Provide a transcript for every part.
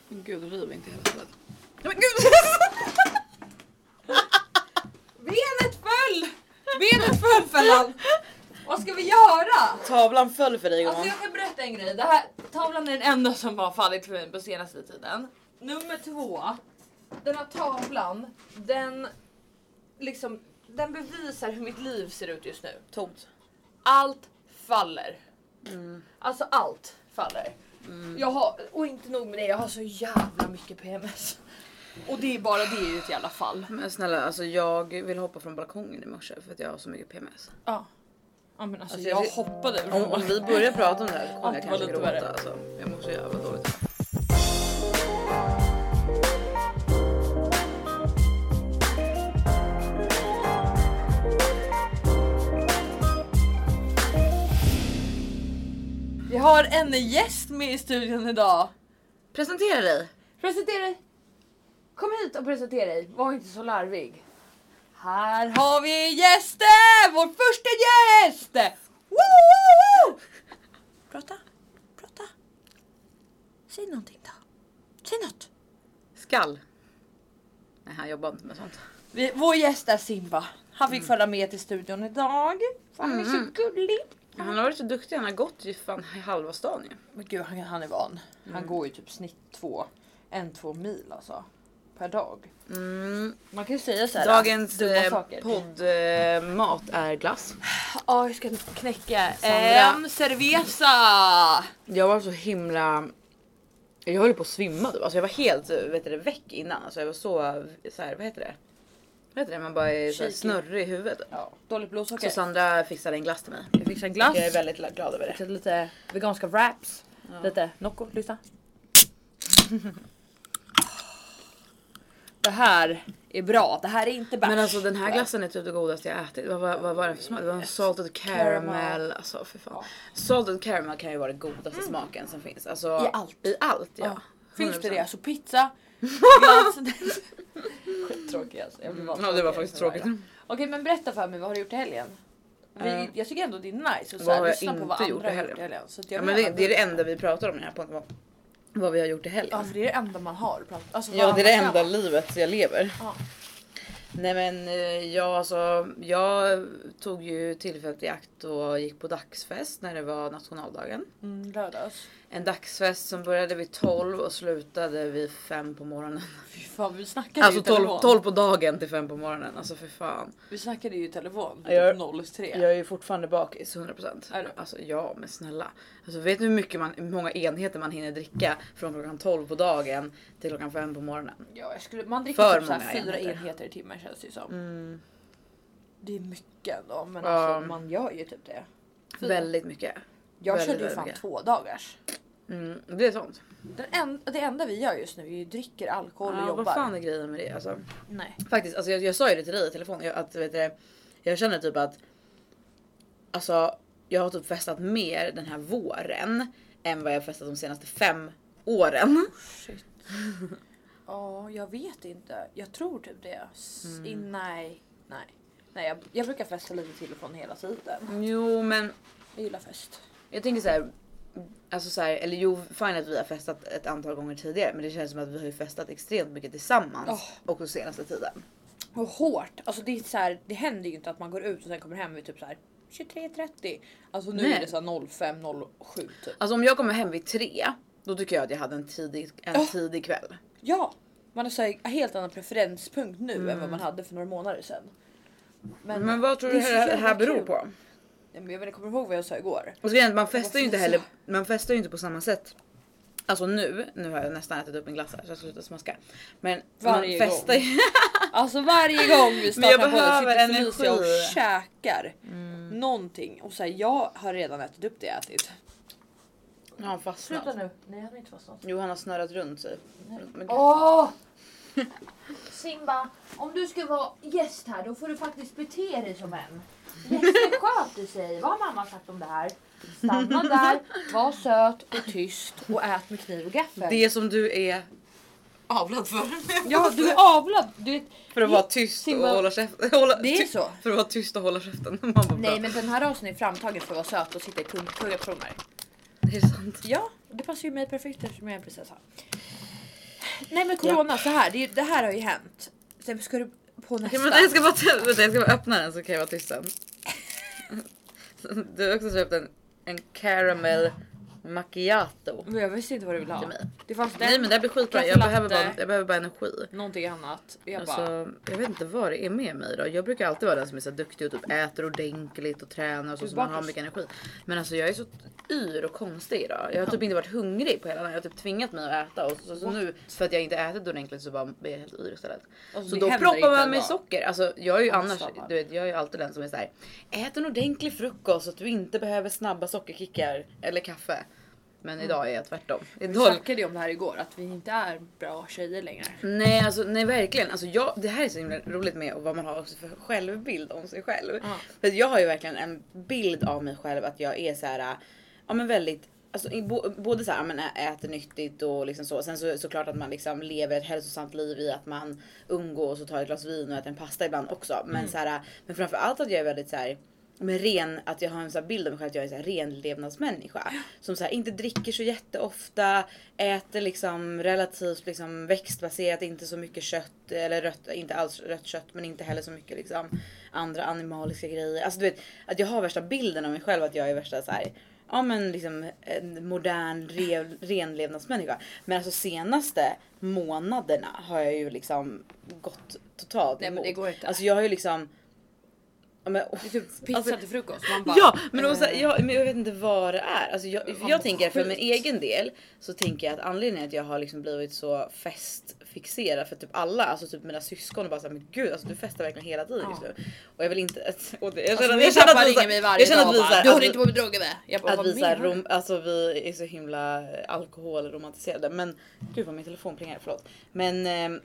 Gud, riv inte hela stället. Men gud! Benet föll för han. Vad ska vi göra? Tavlan föll för dig. Alltså jag kan berätta en grej. Det här, tavlan är den enda som har fallit för mig på senaste tiden. Nummer 2. Den här tavlan, den bevisar hur mitt liv ser ut just nu. Tomt. Allt faller. Alltså allt faller. Jag har, och inte nog med det, jag har så jävla mycket PMS. Och det är bara det i ett jävla fall. Men snälla, alltså jag vill hoppa från balkongen i morse för att jag har så mycket PMS. Ja. Ja men alltså jag hoppade. Om vi börjar prata om det här så kommer jag Allt var kanske lite gråta. värre. Alltså. Jag mår så jävla dåligt. Vi har en gäst med i studion idag. Presentera dig. Presentera dig. Kom hit och presentera dig. Var inte så larvig. Här har vi gästen! Vår första gäst! Woo! Prata. Säg någonting då. Säg något. Skall. Nej, han jobbar inte med sånt. Vår gäst är Simba. Han fick följa med till studion idag. Han är så gullig. Han har varit så duktig, han har gått ju fan i halva stan ju. Men gud, han är van. Han går ju typ snitt 2 mil alltså. Per dag. Man kan ju säga så här. Dagens dumma saker. poddmat är glass. Ja, jag ska knäcka Sandra. en cerveza. Jag var så himla... Jag höll på att svimma typ. Alltså jag var helt väck innan. Alltså jag var så här, vad heter det? Vad heter det? Man bara är så här snurrig i huvudet. Ja, dåligt blodsocker. Så Sandra fixade en glass till mig. Jag fixar en glass. Jag är väldigt glad över det. Fixade lite veganska wraps. Ja. Lite Nocco, lyssna. Det här är bra. Det här är inte bärs. Men alltså den här glassen är typ det godaste jag ätit. Vad var det för smak? Det var en salted caramel. Alltså för fan. Ja. Salted caramel kan ju vara den godaste smaken som finns. Alltså, I allt, ja. Finns det det? Alltså pizza, glass. Skittråkigt alltså. Ja, det var faktiskt tråkigt. Okej, men berätta för mig, vad har du gjort i helgen? Jag tycker ändå det är nice. Och vad har jag lyssna på vad inte gjort i andra helgen? Har gjort i helgen. Så Ja, men det är det enda vi pratar om här på vad vi har gjort i helgen. Ja, för det är det enda man har pratat. Alltså, ja, det är det enda livet jag lever. Ja. Nej men jag tog ju tillfället i akt och gick på dagsfest när det var nationaldagen. Lördags. En dagsfest som började vid 12 och slutade vid 5 på morgonen. Fy fan, vi snackade alltså ju i telefon. 12 på dagen till 5 på morgonen. Alltså för fan. Vi snackade ju i telefon. Jag, 03. Jag är ju fortfarande bakis 100%. Är du? Alltså ja, men snälla. Alltså vet du hur många enheter man hinner dricka från klockan 12 på dagen till klockan 5 på morgonen? Ja, man dricker för typ såhär 4 enheter. enheter i timmen känns det ju som. Det är mycket ändå, men alltså, man gör ju typ det. Väldigt mycket. Jag väldigt, körde ju fan mycket. 2 dagars. Det är sånt. Det enda vi gör just nu är ju dricker alkohol och jobbar. Vad fan är grejen med det? Alltså, nej. Faktiskt, alltså jag sa ju det till dig i telefon. Jag känner typ att alltså, jag har typ festat mer den här våren än vad jag har festat de senaste 5 åren. Shit. Ja, jag vet inte. Jag tror typ det. Nej. Jag brukar festa lite till och från hela tiden. Jo, men jag gillar fest. Jag tänker så här, alltså så här, eller jo, fine att vi har festat ett antal gånger tidigare, men det känns som att vi har ju festat extremt mycket tillsammans också senaste tiden. Och hårt. Alltså det är så här, det händer ju inte att man går ut och sen kommer hem vid typ så här 23:30. Alltså nu är det så här 05:07 typ. Alltså om jag kommer hem vid 3, då tycker jag att jag hade en tidig kväll. Ja, man har så här helt annan preferenspunkt nu än vad man hade för några månader sedan. Men vad tror du det här beror på? Jag vet inte, kommer ihåg vad jag sa igår. Och så man festar ju inte heller, man festar ju inte på samma sätt. Alltså nu har jag nästan ätit upp en glass här så jag slutar smaska. Men varje man festar ju. Alltså varje gång vi startar på det sitter jag och käkar någonting. Och så här, jag har redan ätit upp det jag ätit. Ja, han fastnat. Sluta nu. Nej, han har inte fastnat. Jo, han har snurrat runt sig. Simba, om du ska vara gäst här då får du faktiskt bete dig som en. Gästen sköter sig. Vad har mamma sagt om det här? Stanna där, var söt och tyst och ät med kniv och gaffel. Det som du är avlad för. Ja, du är avlad. För att vara tyst och hålla käften. Det är så. För att vara tyst och hålla käften. Nej, men den här rasen är framtagen för att vara söt och sitta i kungaptroner. Det är sant. Ja, det passar ju mig perfekt eftersom jag är en prinsessa. Nej men corona så här, det här har ju hänt. Sen ska du på nästa. Jag ska bara öppna den så kan jag vara tyst sen. Du har också köpt en caramel macchiato. Men jag visste inte vad du ville ha. Till mig. Det fanns Nej men det blir skitbra. Jag behöver bara energi. Någonting annat. Jag vet inte vad det är med mig då. Jag brukar alltid vara den som är så duktig och typ äter ordentligt och tränar och så man har mycket energi. Men alltså jag är så yr och konstig idag. Jag har typ inte varit hungrig på hela dagen. Jag har typ tvingat mig att äta och så nu för att jag inte ätit ordentligt så bara blir jag helt yr istället. Alltså, så då proppar man med socker. Alltså jag är ju annars, du vet, jag är ju alltid den som är så här: ät en ordentlig frukost så att du inte behöver snabba sockerkickar eller kaffe. Men idag är jag tvärtom. Vi snackade ju om det här igår, att vi inte är bra tjejer längre. Nej verkligen. Alltså det här är så himla roligt med vad man har också för självbild om sig själv. För jag har ju verkligen en bild av mig själv att jag är så här, ja men väldigt, alltså både så här, men äter nyttigt och liksom så. Sen så klart att man liksom lever ett hälsosamt liv i att man umgås och tar ett glas vin och äter en pasta ibland också. Men så här, men framför allt att jag är väldigt så här, men att jag har en sån här bild av mig själv att jag är en så här ren levnadsmänniska som så här inte dricker så jätteofta, äter liksom relativt liksom växtbaserat, inte så mycket kött eller rött, inte alls rött kött men inte heller så mycket liksom andra animaliska grejer. Alltså du vet att jag har värsta bilden av mig själv att jag är värsta så här, ja men liksom en modern ren levnadsmänniska. Men alltså senaste månaderna har jag ju liksom gått totalt emot. Nej, men det går inte. Alltså jag har ju liksom det är typ pizza till frukost. Man bara, ja, men också, men jag vet inte vad det är. Alltså jag tänker för min egen del så tänker jag att anledningen att jag har liksom blivit så festfixerad för typ alla, alltså typ mina syskon och bara så här, men gud, alltså du festar verkligen hela tiden just nu. Och jag vill inte jag känner att vi så här, du håller inte på med droger med. Jag bara, att vi så här, alltså vi är så himla alkoholromantiserade. Men gud vad min telefon plingar, förlåt. Men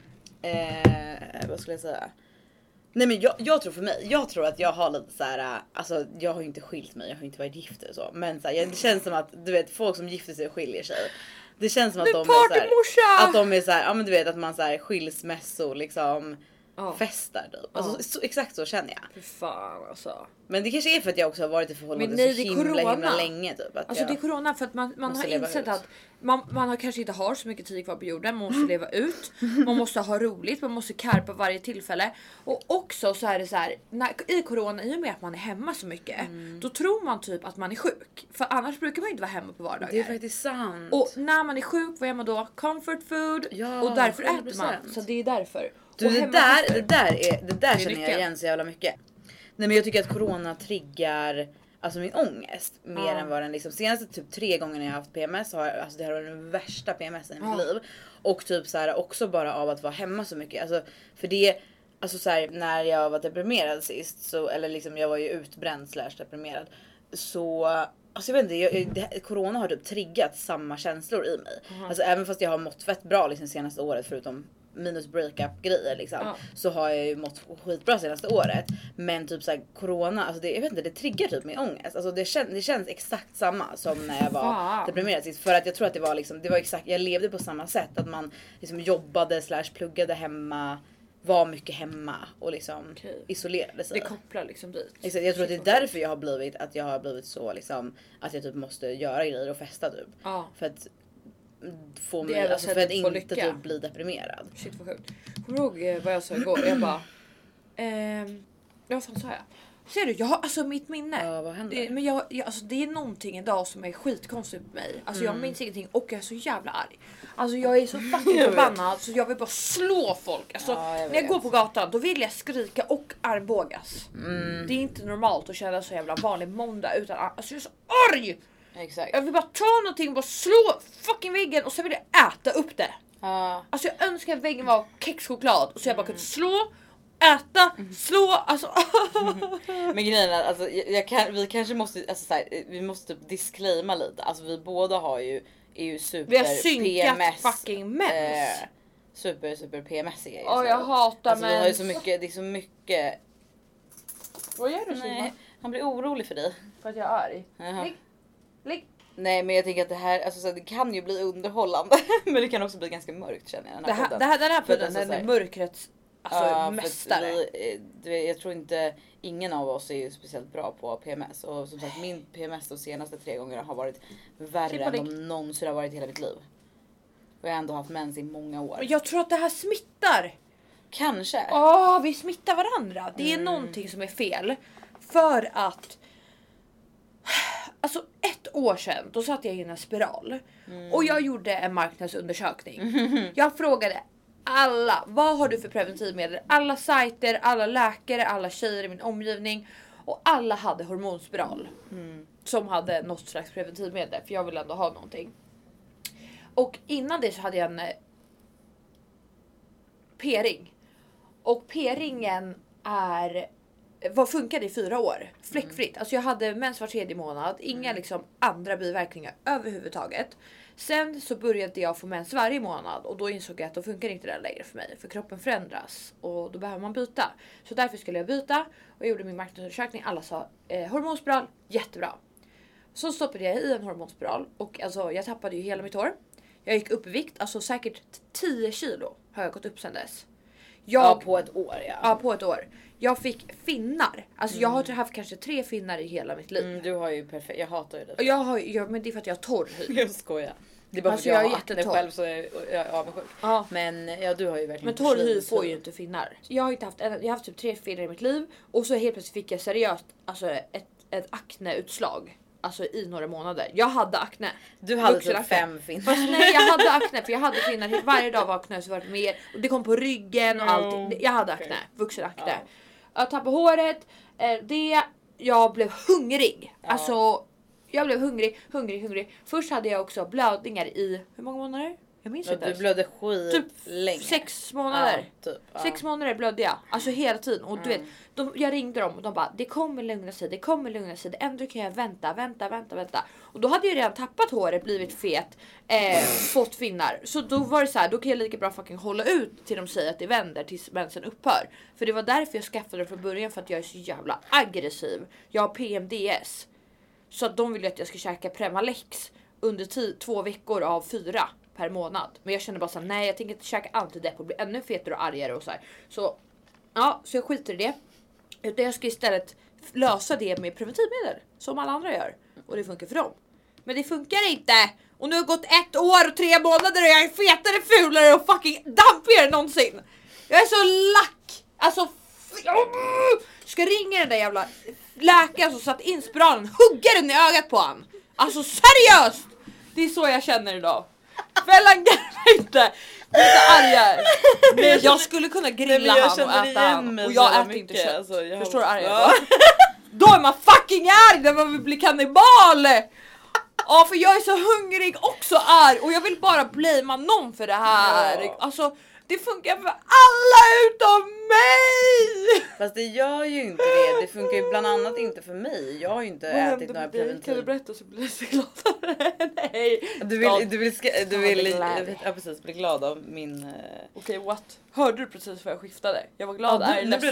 vad skulle jag säga? Nej men jag tror för mig, jag tror att jag har lite så här, alltså jag har ju inte skilt mig, jag har ju inte varit gift eller så. Men så här, det känns som att du vet folk som gifter sig och skiljer sig. Det känns som att de är så här, att de är så här, ja men du vet att man så här skilsmässor liksom festar typ. Alltså exakt så känner jag. Fy fan alltså. Men det kanske är för att jag också har varit i förhållande så himla länge typ. Att alltså det är corona för att man har insett att man har kanske inte har så mycket tid kvar på jorden. Man måste leva ut. Man måste ha roligt. Man måste karpa varje tillfälle. Och också så är det så här. I corona, i och med att man är hemma så mycket. Då tror man typ att man är sjuk. För annars brukar man inte vara hemma på vardagar. Det är faktiskt sant. Och när man är sjuk, vad gör man då? Comfort food. Ja, och därför 100%. Äter man. Så det är därför. Du, det där känner jag igen så jävla mycket. Nej men jag tycker att corona triggar alltså min ångest mer än vad den liksom senaste typ 3 gånger jag har haft PMS har alltså det här var den värsta PMSen i mitt liv och typ så här också bara av att vara hemma så mycket alltså för det alltså så här, när jag var deprimerad sist så eller liksom jag var ju utbränd / deprimerad så alltså jag vet inte corona har typ triggat samma känslor i mig. Alltså även fast jag har mått fett bra liksom senaste året förutom minus breakup grejer liksom så har jag ju mått skitbra senaste året men typ såhär corona alltså det, jag vet inte det triggar typ min ångest alltså det känns exakt samma som när jag var deprimerad sist för att jag tror att det var liksom det var exakt jag levde på samma sätt att man liksom jobbade / pluggade hemma var mycket hemma och liksom isolerade sig. Det kopplar liksom dit. Exakt, jag tror att det är därför jag har blivit så liksom att jag typ måste göra grejer och festa typ för att få mig alltså för att inte typ bli deprimerad. Shit vad sjukt. Kommer du ihåg vad jag sa igår? Jag bara vad fan sa jag? Ser du, jag har alltså mitt minne. Ja, vad hände? Men alltså det är någonting idag som är skitkonstigt med mig. Alltså jag minns ingenting och jag är så jävla arg. Alltså jag är så fucking förbannad så jag vill bara slå folk. Alltså när jag går på gatan då vill jag skrika och armbågas. Det är inte normalt att känna så jävla vanlig måndag utan alltså jag är så arg. Exakt. Jag vill bara ta någonting och bara slå fucking väggen och sen vill jag äta upp det. Alltså jag önskar att väggen var kexchoklad och så jag bara kunde slå, äta, slå, alltså. Men grejen är alltså vi kanske måste alltså så här, vi måste typ disclaima lite. Alltså vi båda är ju super vi har synkat PMS, fucking mens. Super PMS-iga. Ja, jag hatar alltså, vi har ju så mycket, det är så mycket. Vad gör du Simon? Han blir orolig för dig. För att jag är arg. Ligg. Nej men jag tänker att det här alltså, så det kan ju bli underhållande men det kan också bli ganska mörkt känner jag. Den här podden den är mörkrets alltså mästare. Jag tror inte ingen av oss är ju speciellt bra på PMS och som sagt min PMS de senaste 3 gångerna har varit värre än de någonsin har varit i hela mitt liv. Och jag har ändå haft mens i många år. Jag tror att det här smittar. Kanske. Vi smittar varandra. Det är någonting som är fel. För att alltså 1 år sedan då satt jag i en spiral. Och jag gjorde en marknadsundersökning. Jag frågade alla, vad har du för preventivmedel? Alla sajter, alla läkare, alla tjejer i min omgivning. Och alla hade hormonspiral. Som hade något slags preventivmedel. För jag vill ändå ha någonting. Och innan det så hade jag en p-ring. Och p-ringen funkade i 4 år. Fläckfritt. Alltså jag hade mens var 3:e månad. Inga liksom andra biverkningar överhuvudtaget. Sen så började jag få mens varje månad. Och då insåg jag att då funkar inte det längre för mig. För kroppen förändras. Och då behöver man byta. Så därför skulle jag byta. Och jag gjorde min marknadsundersökning. Alla sa hormonspiral, jättebra. Så stoppade jag i en hormonspiral. Och alltså jag tappade ju hela mitt hår. Jag gick upp i vikt. Alltså säkert 10 kilo har jag gått upp sedan dess. På ett år. Ja, på ett år. Jag fick finnar. Alltså jag har haft kanske 3 finnar i hela mitt liv. Du har ju perfekt. Jag hatar ju det. Men det är för att jag har torr hy. Jag skojar. Det är bara alltså, för att jag har akne själv så jag är avundsjuk. Ja. Men ja, du har ju verkligen. Men torr hy får ju inte finnar. Jag har inte haft jag har haft typ 3 finnar i mitt liv. Och så helt plötsligt fick jag seriöst alltså ett akneutslag. Alltså i några månader. Jag hade akne. Du hade typ 5 finnar. Fast nej, jag hade akne. För jag hade finnar varje dag vaknade så var det mer. Och det kom på ryggen och allt. Jag hade akne. Vuxen akne. Ja. Jag tappade håret. Jag blev hungrig. Ja. Alltså jag blev hungrig. Först hade jag också blödningar i hur många månader? Jag minns inte. Du blödde skit typ länge. 6 månader. Ja, typ. 6 månader blödde jag. Alltså hela tiden. Och du vet, jag ringde dem och de bara, det kommer lugna sig. Det ändå kan jag vänta. Och då hade jag redan tappat håret, blivit fet, fått finnar. Så då var det så här, då kan jag lika bra fucking hålla ut till de säger att det vänder tills mensen upphör. För det var därför jag skaffade det från början, för att jag är så jävla aggressiv. Jag har PMDS. Så att de vill att jag ska käka Premalex under 2 veckor av 4 per månad. Men jag känner bara så här, nej jag tänker inte käka antidepp och bli ännu fetare och argare och så här. Så jag skiter i det. Utan jag ska istället lösa det med preventivmedel. Som alla andra gör. Och det funkar för dem. Men det funkar inte. Och nu har det gått 1 år och 3 månader och jag är fetare, fulare och fucking dampigare än någonsin. Jag är så lack. Alltså ska ringa den där jävla läkaren som satt in spiralen, hugga den i ögat på han. Alltså seriöst. Det är så jag känner idag. Fällan garvar inte. Arga. Men jag skulle kunna grilla han och äta han. Och jag äter inte kött. Alltså, förstår du arga? Då är man fucking arg när man vill bli kannibal. Ja, för jag är så hungrig också arg. Och jag vill bara blamea någon för det här. Ja. Alltså det funkar för alla utom mig! Fast det gör ju inte det. Det funkar ju bland annat inte för mig. Jag har ju inte ätit några preventiv. Kan du berätta så blir jag så glad? Nej. Du vill ja, precis, bli glad av min... Okej, what? Hörde du precis vad jag skiftade? Jag var glad.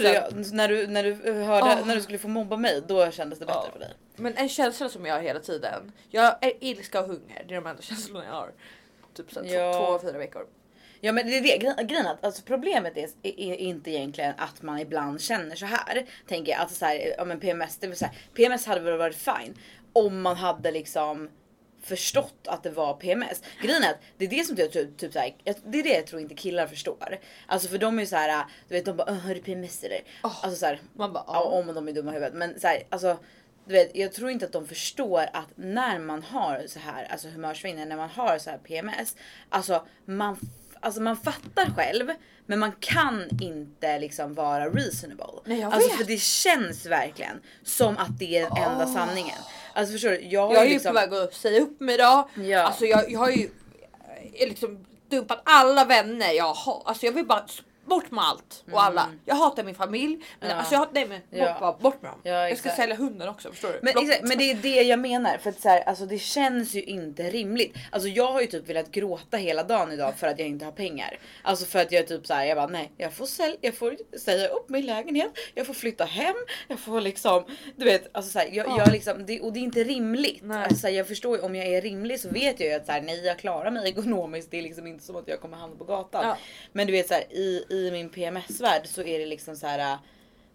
När du skulle få mobba mig, då kändes det bättre för dig. Men en känsla som jag har hela tiden. Jag är ilska och hunger. Det är de enda känslorna jag har. Typ så 2-4 veckor. Ja, men det är det grejen att alltså problemet är inte egentligen att man ibland känner så här. Tänker jag, alltså så här, ja men PMS, det vill säga PMS hade väl varit fine om man hade liksom förstått att det var PMS. Grejen är att det är det som typ så här, det är det jag tror inte killar förstår. Alltså för de är ju så här, du vet, de bara hör du PMS eller? Alltså så här, man bara, ja, om de är dumma i huvudet, men så här, alltså du vet, jag tror inte att de förstår att när man har så här, alltså humörsvingningar, när man har så här PMS, alltså man fattar själv, men man kan inte liksom vara reasonable. Nej, alltså för det känns verkligen som att det är den enda sanningen. Alltså förstår du, jag är ju liksom... på väg att säga upp mig idag. Ja. Alltså jag har ju liksom dumpat alla vänner jag har. Alltså jag vill bara bort med allt och alla. Jag hatar min familj. Men alltså jag hatar bort med dem. Ja, jag ska sälja hunden också, förstår du? Men det är det jag menar. För att så här, alltså det känns ju inte rimligt. Alltså jag har ju typ velat gråta hela dagen idag för att jag inte har pengar. Alltså för att jag typ så här, jag bara nej, jag får säga upp min lägenhet. Jag får flytta hem. Jag får liksom, du vet, alltså så här, jag liksom, och det är inte rimligt. Alltså så här, jag förstår ju, om jag är rimlig så vet jag ju att så här, nej, jag klarar mig ekonomiskt. Det är liksom inte som att jag kommer hamna på gatan. Ja. Men du vet så här, i min PMS-värld så är det liksom så här,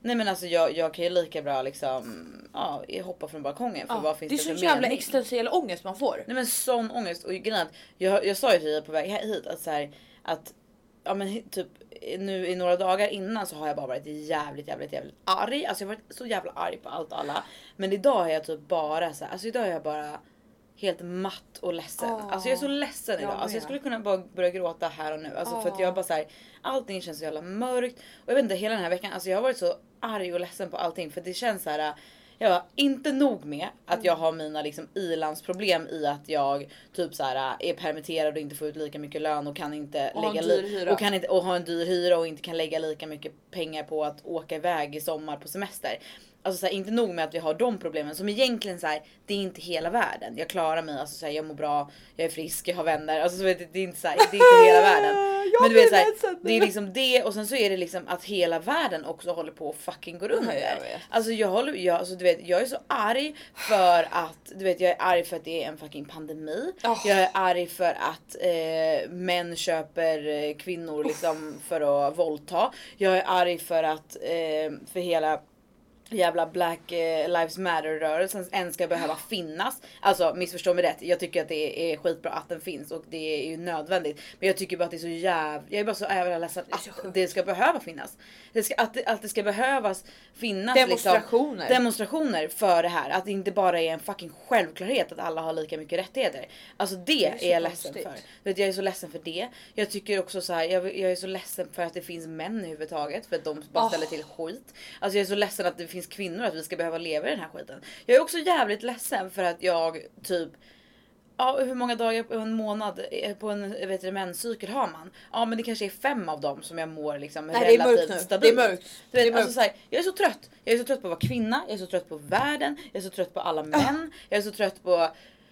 Nej men alltså jag kan ju lika bra liksom hoppa från balkongen för vad finns det för mening? Det är så jävla existentiell ångest man får. Nej men sån ångest och grejen jag sa ju till dig på väg hit att så här, att ja men typ nu i några dagar innan så har jag bara varit jävligt arg. Alltså jag har varit så jävla arg på allt och alla. Men idag är jag typ bara så här, alltså idag är jag bara helt matt och ledsen. Alltså jag är så ledsen idag. Alltså jag skulle kunna bara börja gråta här och nu. Alltså för att jag bara så här, allting känns så jävla mörkt. Och jag vet inte, hela den här veckan, alltså jag har varit så arg och ledsen på allting. För det känns så här, jag var inte nog med att jag har mina liksom ilandsproblem i att jag typ så här är permitterad och inte får ut lika mycket lön och kan inte lägga och ha en dyr hyra och inte kan lägga lika mycket pengar på att åka iväg i sommar på semester. Alltså så här, inte nog med att vi har de problemen som egentligen så här, det är inte hela världen. Jag klarar mig, alltså så här, jag mår bra, jag är frisk, jag har vänner. Alltså så vet det är inte så här, det är inte hela världen. Men du vet så här, det är liksom det och sen så är det liksom att hela världen också håller på att fucking gå under. Alltså alltså du vet, jag är så arg för att du vet, jag är arg för att det är en fucking pandemi. Jag är arg för att män köper kvinnor liksom för att våldta. Jag är arg för att för hela jävla Black Lives Matter-rörelsen än ska behöva finnas. Alltså missförstå mig rätt. Jag tycker att det är skitbra att den finns och det är ju nödvändigt. Men jag tycker bara att det är så jag är bara så jävla ledsen att det ska behöva finnas. Att det ska behövas finnas demonstrationer för det här. Att det inte bara är en fucking självklarhet att alla har lika mycket rättigheter. Alltså det är jag ledsen för. Vet, jag är så ledsen för det. Jag tycker också så här, jag är så ledsen för att det finns män överhuvudtaget för att de bara ställer till skit. Alltså jag är så ledsen att det finns kvinnor att vi ska behöva leva i den här skiten. Jag är också jävligt ledsen för att jag typ hur många dagar på en månad på en menscykel har man? Ja men det kanske är 5 av dem som jag mår liksom relativt stabilt. Det är mörkt. Du vet, alltså, så här, jag är så trött. Jag är så trött på att vara kvinna. Jag är så trött på världen. Jag är så trött på alla män. Jag är så trött på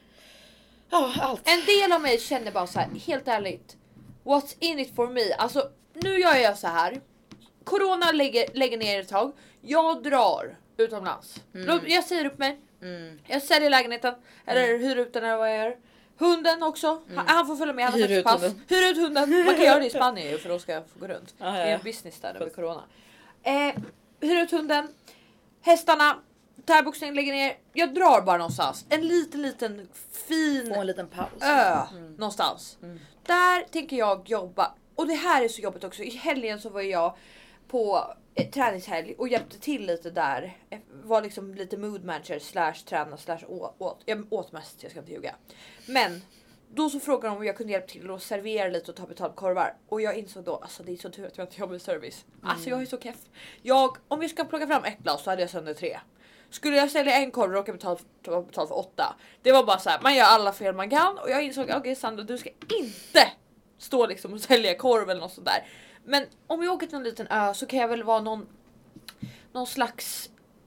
allt. En del av mig känner bara så här, helt ärligt. What's in it for me? Alltså nu gör jag så här. Corona lägger ner ett tag. Jag drar utomlands. Jag säger upp mig. Jag säljer lägenheten. Eller hyr ut den eller vad jag gör. Hunden också. Han får följa med. Han har pass. Hyr ut hunden. Man kan göra det i Spanien för då ska jag få gå runt. Det är en business där med corona. Hyr ut hunden. Hästarna. Thaiboxning lägger ner. Jag drar bara någonstans. En liten fin få en liten paus. Någonstans. Där tänker jag jobba. Och det här är så jobbigt också. I helgen så var jag på träningshelg och hjälpte till lite där. Var liksom lite mood manager / träna / åt. Jag åt mest, jag ska inte ljuga. Men då så frågade de om jag kunde hjälpa till och servera lite och ta betalt korvar. Och jag insåg då, alltså det är så tur att jag inte jobbar i service. Alltså jag är så keff. Om jag ska plocka fram ett glas så hade jag sönder 3. Skulle jag sälja en korv och råka betala för 8. Det var bara så här, man gör alla fel man kan. Och jag insåg, okej Sandra, du ska inte stå liksom och sälja korv eller något sånt där. Men om jag åker till en liten ö så kan jag väl vara någon slags,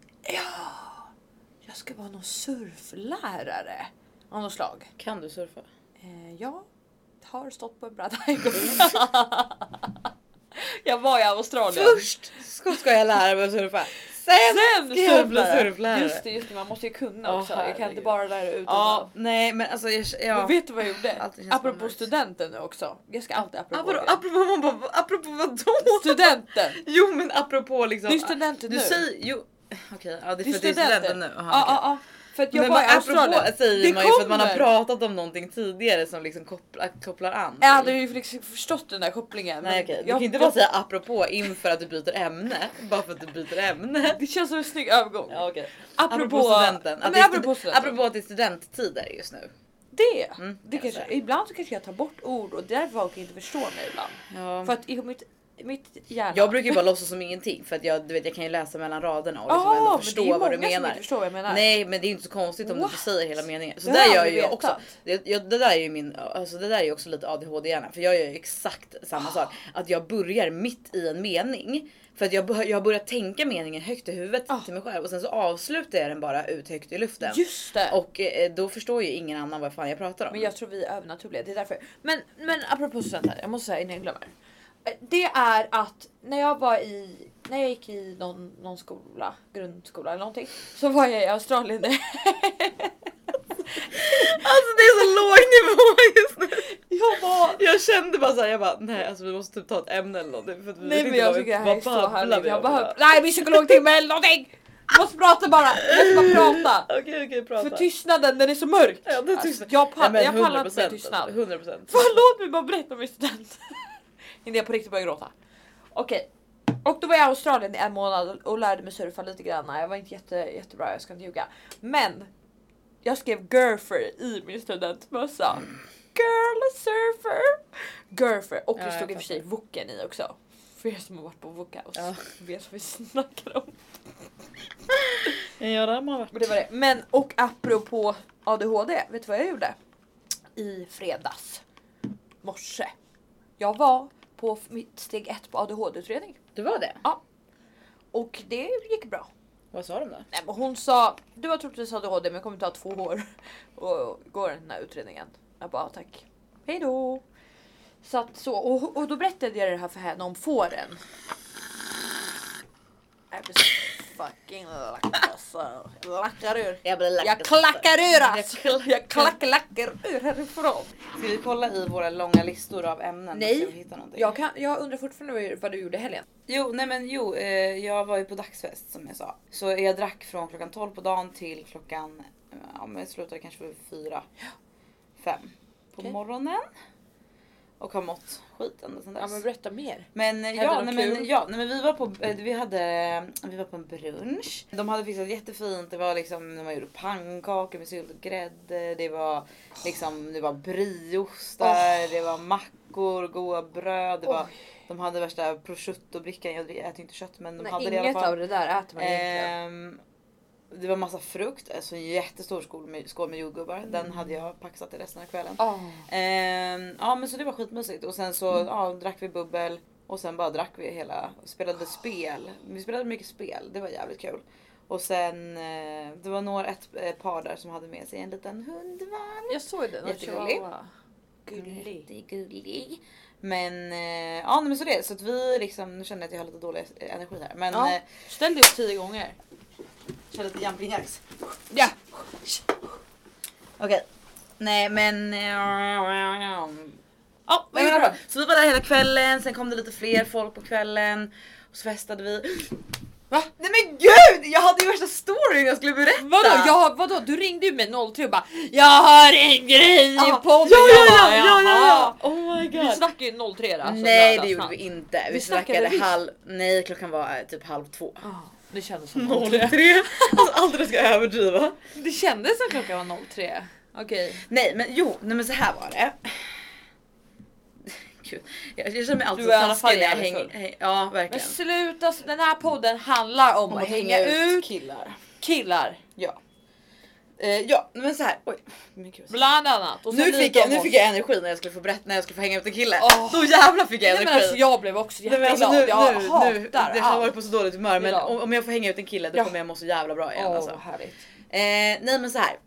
jag ska vara någon surflärare av något slag. Kan du surfa? Jag har stått på en bräda. Jag var i Australien. Först ska jag lära mig att surfa. Sen ska jag bli surflärare. Just det, man måste ju kunna också. Jag kan inte bara lära ut. Nej men alltså men vet du vad jag gjorde? Apropå studenten nu också. Jag ska alltid apropå vadå? Studenten. Jo men apropå liksom. Det är studenten nu. Du säger jo. Okej, det är för att det är studenten nu. Ja. För att jag men var i Australien. Säger man ju för att man har pratat om någonting tidigare som liksom kopplar an. Jag hade ju liksom förstått den där kopplingen. Nej okej, du kan inte bara säga apropå inför att du byter ämne. Bara för att du byter ämne. Det känns som en snygg övergång. Ja okej. Apropå studenten. Apropå att det är studenttider just nu. Det kanske, ibland så kanske jag tar bort ord och därför folk inte förstår mig ibland. Ja. För att i mitt hjärna. Jag brukar ju bara låtsas som ingenting för att jag kan ju läsa mellan raderna och liksom ändå förstå vad du menar. Nej, men det är inte så konstigt om du inte säger hela meningen. Så där gör jag också. Det där är ju det där är ju också lite ADHD-hjärna för jag gör ju exakt samma sak. Att jag börjar mitt i en mening för att jag börjar tänka meningen högt i huvudet till mig själv och sen så avslutar jag den bara ut högt i luften. Just det. Och då förstår ju ingen annan vad fan jag pratar om. Men jag tror vi är övernaturliga, det är därför. Men apropå sånt här, jag måste säga innan jag glömmer. Det är att när jag gick i någon skola, grundskola eller någonting, så var jag i Australien. Alltså det är så låg nivå just nu. Jag kände bara såhär, jag bara nej alltså vi måste typ ta ett ämne eller någonting för att vi nej men jag tycker det här är så härligt. Jag bara, nej min psykologtimme eller någonting. Jag måste prata bara, jag måste bara prata. Okej, prata. För tystnaden, den är så mörk. Ja, det är tyst. Alltså, jag pallar inte med tystnad. 100%. Låt mig bara berätta om min student. Innan jag på riktigt börjar gråta. Okej. Och då var jag i Australien i en månad och lärde mig surfa lite grann. Jag var inte jättebra, jag ska inte ljuga. Men jag skrev Gurfer i min studentmössa. Girl a surfer. Gurfer. Och det stod i och för sig Woken i också. För er som har varit på Woka och vet vad vi snackar om. Ja, det har man varit. Det var det. Men och apropå ADHD, vet du vad jag gjorde? I fredags morse. Jag var på mitt steg 1 på ADHD-utredning. Du var det? Ja. Och det gick bra. Vad sa de då? Nej, men hon sa, du har troligtvis ADHD men jag kommer ta 2 år och gå den här utredningen. Jag bara, tack. Hej då. Så att så, och då berättade jag det här för henne om fåren. Jag blir så fucking lack alltså. Lackar ur. Jag klackar ur alltså. Jag klackar ur härifrån. Ska vi kolla i våra långa listor av ämnen? Nej, vi hitta jag undrar fortfarande vad du gjorde i helgen. Jag var ju på dagsfest som jag sa. Så jag drack från klockan 12 på dagen till klockan, men jag slutade kanske för 4, 5 på morgonen. Och har mått skit ända sedan dess. Ja men berätta mer. Men vi var på en brunch. De hade fixat jättefint. Det var liksom, de gjorde pannkakor med sylt och grädde. Det var liksom, det var brieostar, det var mackor, goda bröd, det var, de hade värsta prosciutto-brickan. Jag äter inte kött men de hade det i alla fall. Inget av det där äter man egentligen. Det var massa frukt, alltså en jättestor skål med jordgubbar. Den hade jag paxat till resten av kvällen. Ja men så det var skitmysigt. Och sen så drack vi bubbel. Och sen bara drack vi hela, spelade spel. Vi spelade mycket spel, det var jävligt kul. Och sen, det var ett par där som hade med sig en liten hundvalp. Jag såg den, jättegullig. Gullig. Men men så det, så att vi liksom, nu känner jag att jag har lite dålig energi här. Men ställ dig upp 10 gånger. Kör lite jumping jacks. Ja. Okej. Nej men så vi var där hela kvällen, sen kom det lite fler folk på kvällen och så festade vi. Va? Nej men gud, jag hade ju värsta storyn jag skulle berätta. Vadå? Du ringde ju med 03 och bara, jag har en grej i podden. Ja. Oh my god. Vi snackade ju 03 alltså. Nej det gjorde vi inte. Vi snackade nej klockan var typ 1:30. Det kändes som 03. Alltså aldrig ska jag överdriva. Det kändes som klockan var 03. Okej. Nej men så här var det. Gud, jag känner mig alltid så taskig när jag hänger. Ja, verkligen. Men sluta, den här podden handlar om att hänga ut killar. Ja. Men så här. Oj, men gud. Bland annat. Och nu fick jag energi när jag skulle få berätta, när jag skulle få hänga ut en kille. Då jävla fick jag energi. Men alltså, jag blev också jätteglad. Nu, det har varit på så dåligt humör, men om jag får hänga ut en kille då kommer jag må så jävla bra igen alltså. Härligt. Nej men så här,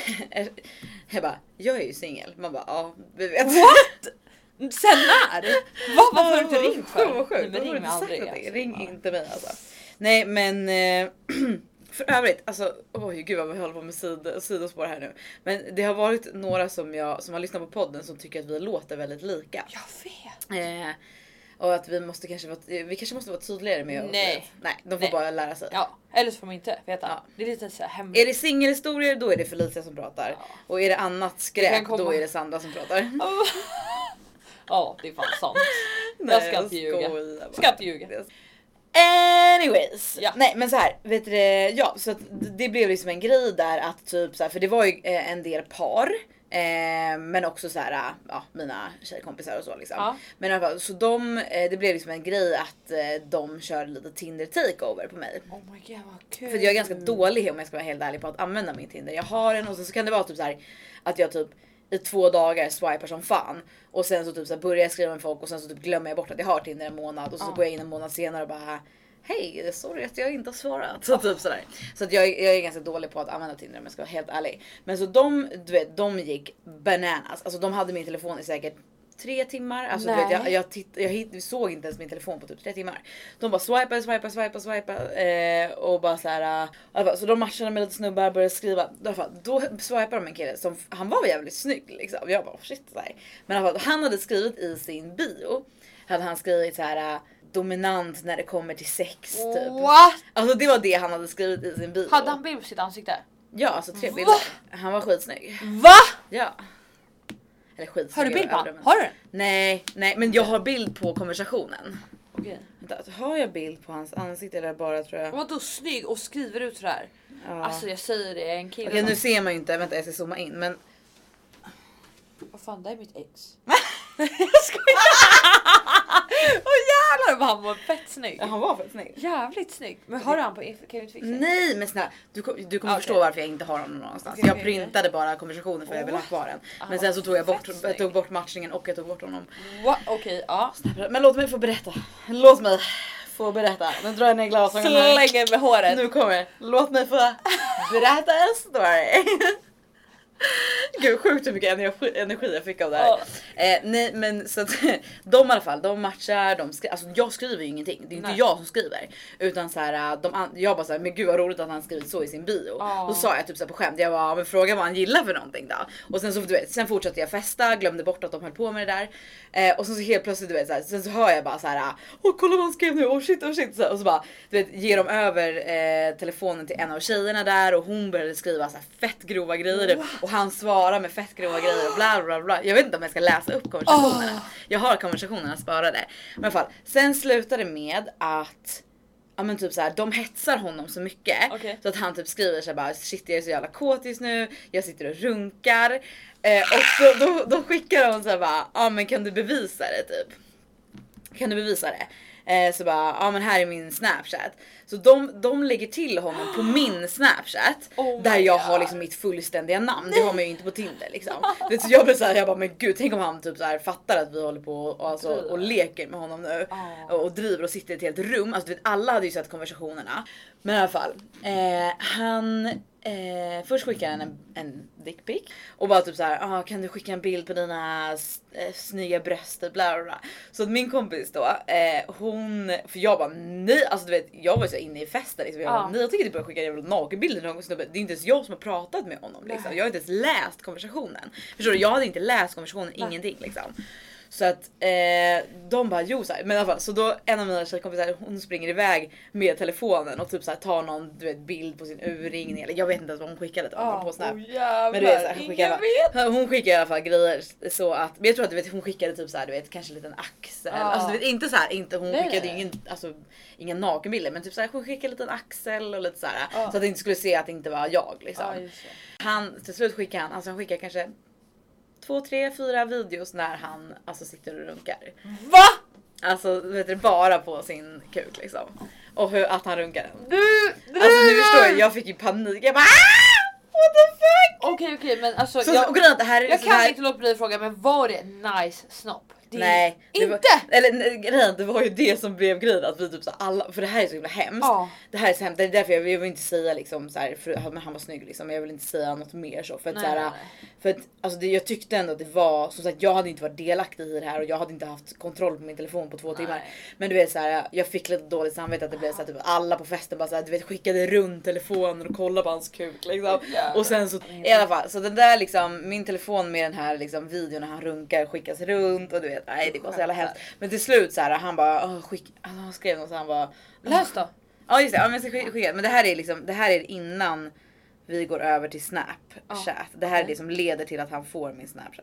jag är ju singel. Man bara, vi vet. What? Sen när? Varför har du inte ringt för? Nej, ring mig aldrig. Ring inte mig alltså. Nej men för övrigt, alltså gud vad vi håller på med sidospår här nu. Men det har varit några som har lyssnat på podden som tycker att vi låter väldigt lika. Jag vet. Och att vi kanske måste vara tydligare med oss. Nej, de får bara lära sig. Ja, eller så får man inte veta. Ja. Det är lite så här hemligt. Är det singelhistorier då är det Felicia som pratar. Ja. Och är det annat skräp då är det Sandra som pratar. Ja, det är fan sant. Nej, jag ska inte ljuga. Anyways. Ja. Nej men så här, vet du, så att det blev liksom en grej där att typ så här, för det var ju en del par. Men också så här, mina tjejkompisar och så liksom. Ja. Men i alla fall, så det blev liksom en grej att de körde lite Tinder takeover på mig. Oh my god, vad kul. För jag är ganska dålig om jag ska vara helt ärlig på att använda min Tinder. Jag har en och så kan det vara typ så här att jag typ i 2 dagar swipar som fan och sen så typ så här börjar jag skriva med folk och sen så typ glömmer jag bort att jag har Tinder en månad och så går jag in en månad senare och bara hej, sorry att jag inte har svarat. Så typ sådär. Så att jag är ganska dålig på att använda Tinder om jag ska vara helt ärlig. Men så de gick bananas. Alltså de hade min telefon i säkert 3 timmar. Alltså du vet, jag såg inte ens min telefon på typ 3 timmar. De bara swipa och bara så här. Så de matchade med lite snubbar, började skriva. Då swipade de en kille som han var jävligt snygg liksom. Jag bara shit så här. Men han hade skrivit i sin bio, hade han skrivit så här dominant när det kommer till sex typ. What? Alltså det var det han hade skrivit i sin bio. Hade han bild på sitt ansikte? Ja, alltså 3 bilder. Han var skitsnygg. Va? Ja. Eller skitsnygg. Har du bild på han? Har du? Nej, men jag har bild på konversationen. Okej. Vänta, har jag bild på hans ansikte eller bara tror jag? Vadå snygg och skriver ut sådär? Ja. Alltså jag säger det, en kille. Okej, nu ser man ju inte. Vänta, jag ska zooma in, men vad fan, det är mitt ex. Jag skojar. Jävlar vad han var fett snygg. Ja, han var fett snygg. Jävligt snygg. Men har du han på Kevin Fix? Nej, men snälla, du kommer förstå varför jag inte har honom någonstans. Jag printade bara konversationen för jag ville ha kvar den. Men sen så tog jag tog bort matchningen och jag tog bort honom. Okej, ja. Men låt mig få berätta. Låt mig få berätta. Nu drar jag ner glasögonen. Slänger med håret. Nu kommer. Låt mig få berätta en story. Gud, sjukt hur mycket energi jag fick av det här. Nej, men så att de i alla fall, de matchar, alltså jag skriver ju ingenting. Det är inte jag som skriver, utan så här jag bara så här, men gud vad roligt att han skrivit så i sin bio. Och så sa jag typ så här på skämt, jag bara, men fråga vad han gillar för någonting då. Och sen så du vet, sen fortsatte jag festa, glömde bort att de höll på med det där. Och sen så helt plötsligt du vet så här, sen så hör jag bara så här, kolla vad han skrev nu, oh shit. Så här, och så bara du vet, ger de över telefonen till en av tjejerna där och hon började skriva så här fett grova grejer. Och han svarar med fett grova grejer och bla bla bla. Jag vet inte om jag ska läsa upp konversationerna. Jag har konversationerna sparade. Men i alla fall, sen slutade det med att ja men typ så här, de hetsar honom så mycket så att han typ skriver så här bara shit jag är så jävla kåt just nu. Jag sitter och runkar och då skickar hon så här bara ja men kan du bevisa det typ? Kan du bevisa det? Så bara, ja men här är min Snapchat. Så de lägger till honom på min Snapchat. Där jag har liksom mitt fullständiga namn. Det har man ju inte på Tinder liksom. Det, så jag blir såhär, jag bara men gud, tänk om han typ så här fattar att vi håller på och leker med honom nu. Och driver och sitter i ett helt rum. Alltså du vet, alla hade ju sett konversationerna. Men i alla fall, han först skickar han en dickpic och bara typ så här, kan du skicka en bild på dina snygga bröst bla bla bla. Så att min kompis då hon, för jag bara nej, alltså du vet jag var så inne i festen liksom, jag bara nej, jag tycker du börjar skicka jävla nakenbilder någon snubbe. Det är inte ens jag som har pratat med honom liksom. Jag har inte ens läst konversationen. Förstår du, jag hade inte läst konversationen, ingenting liksom. Så att de bara jo så här. Men i alla fall, så då en av mina tjejkompisar hon springer iväg med telefonen och typ så här, tar någon du vet, bild på sin urringning eller jag vet inte ens vad hon skickade på Snap. Men du vet, så här, hon skickade i alla fall grejer så att, men jag tror att du vet, hon skickade typ så här, du vet kanske en liten axel. Alltså du vet inte så här, inte hon skickade ingen alltså inga nakenbilder men typ så här, hon skickade en liten axel och lite så här så att det inte skulle se att det inte var jag liksom. Han till slut skickade han skickar kanske 2, 3, 4 videos när han alltså sitter och runkar. Va? Alltså vet du, bara på sin kuk liksom. Och hur att han runkar den. Alltså nu förstår jag fick ju panik. Jag bara what the fuck? Okej, men alltså så, och det här är jag så kan här, inte låta bli fråga, men var det nice snopp? Nej, inte! Det var ju det som blev grejen att vi typ så alla, för det här är så himla hemskt. Det här är så hemskt, det är därför jag vill inte säga liksom så här, för men han var snygg liksom, jag vill inte säga något mer så för att så här, för att alltså jag tyckte ändå att det var som sagt, jag hade inte varit delaktig i det här och jag hade inte haft kontroll på min telefon på 2 timmar. Men du vet så här, jag fick lite dåligt samvete att det blev så här, typ alla på festen bara så här, du vet skickade runt telefonen och kollade på hans kuk liksom. Och sen så i alla fall så den där liksom min telefon med den här liksom videon när han runkar skickas runt och du vet nej det var så jävla hemskt. Men till slut så här han bara han skrev något så han bara läs då. Ja just det, men jag ska skicka. Men det här är liksom det här är innan vi går över till Snapchat. Det här är det som leder till att han får min Snapchat.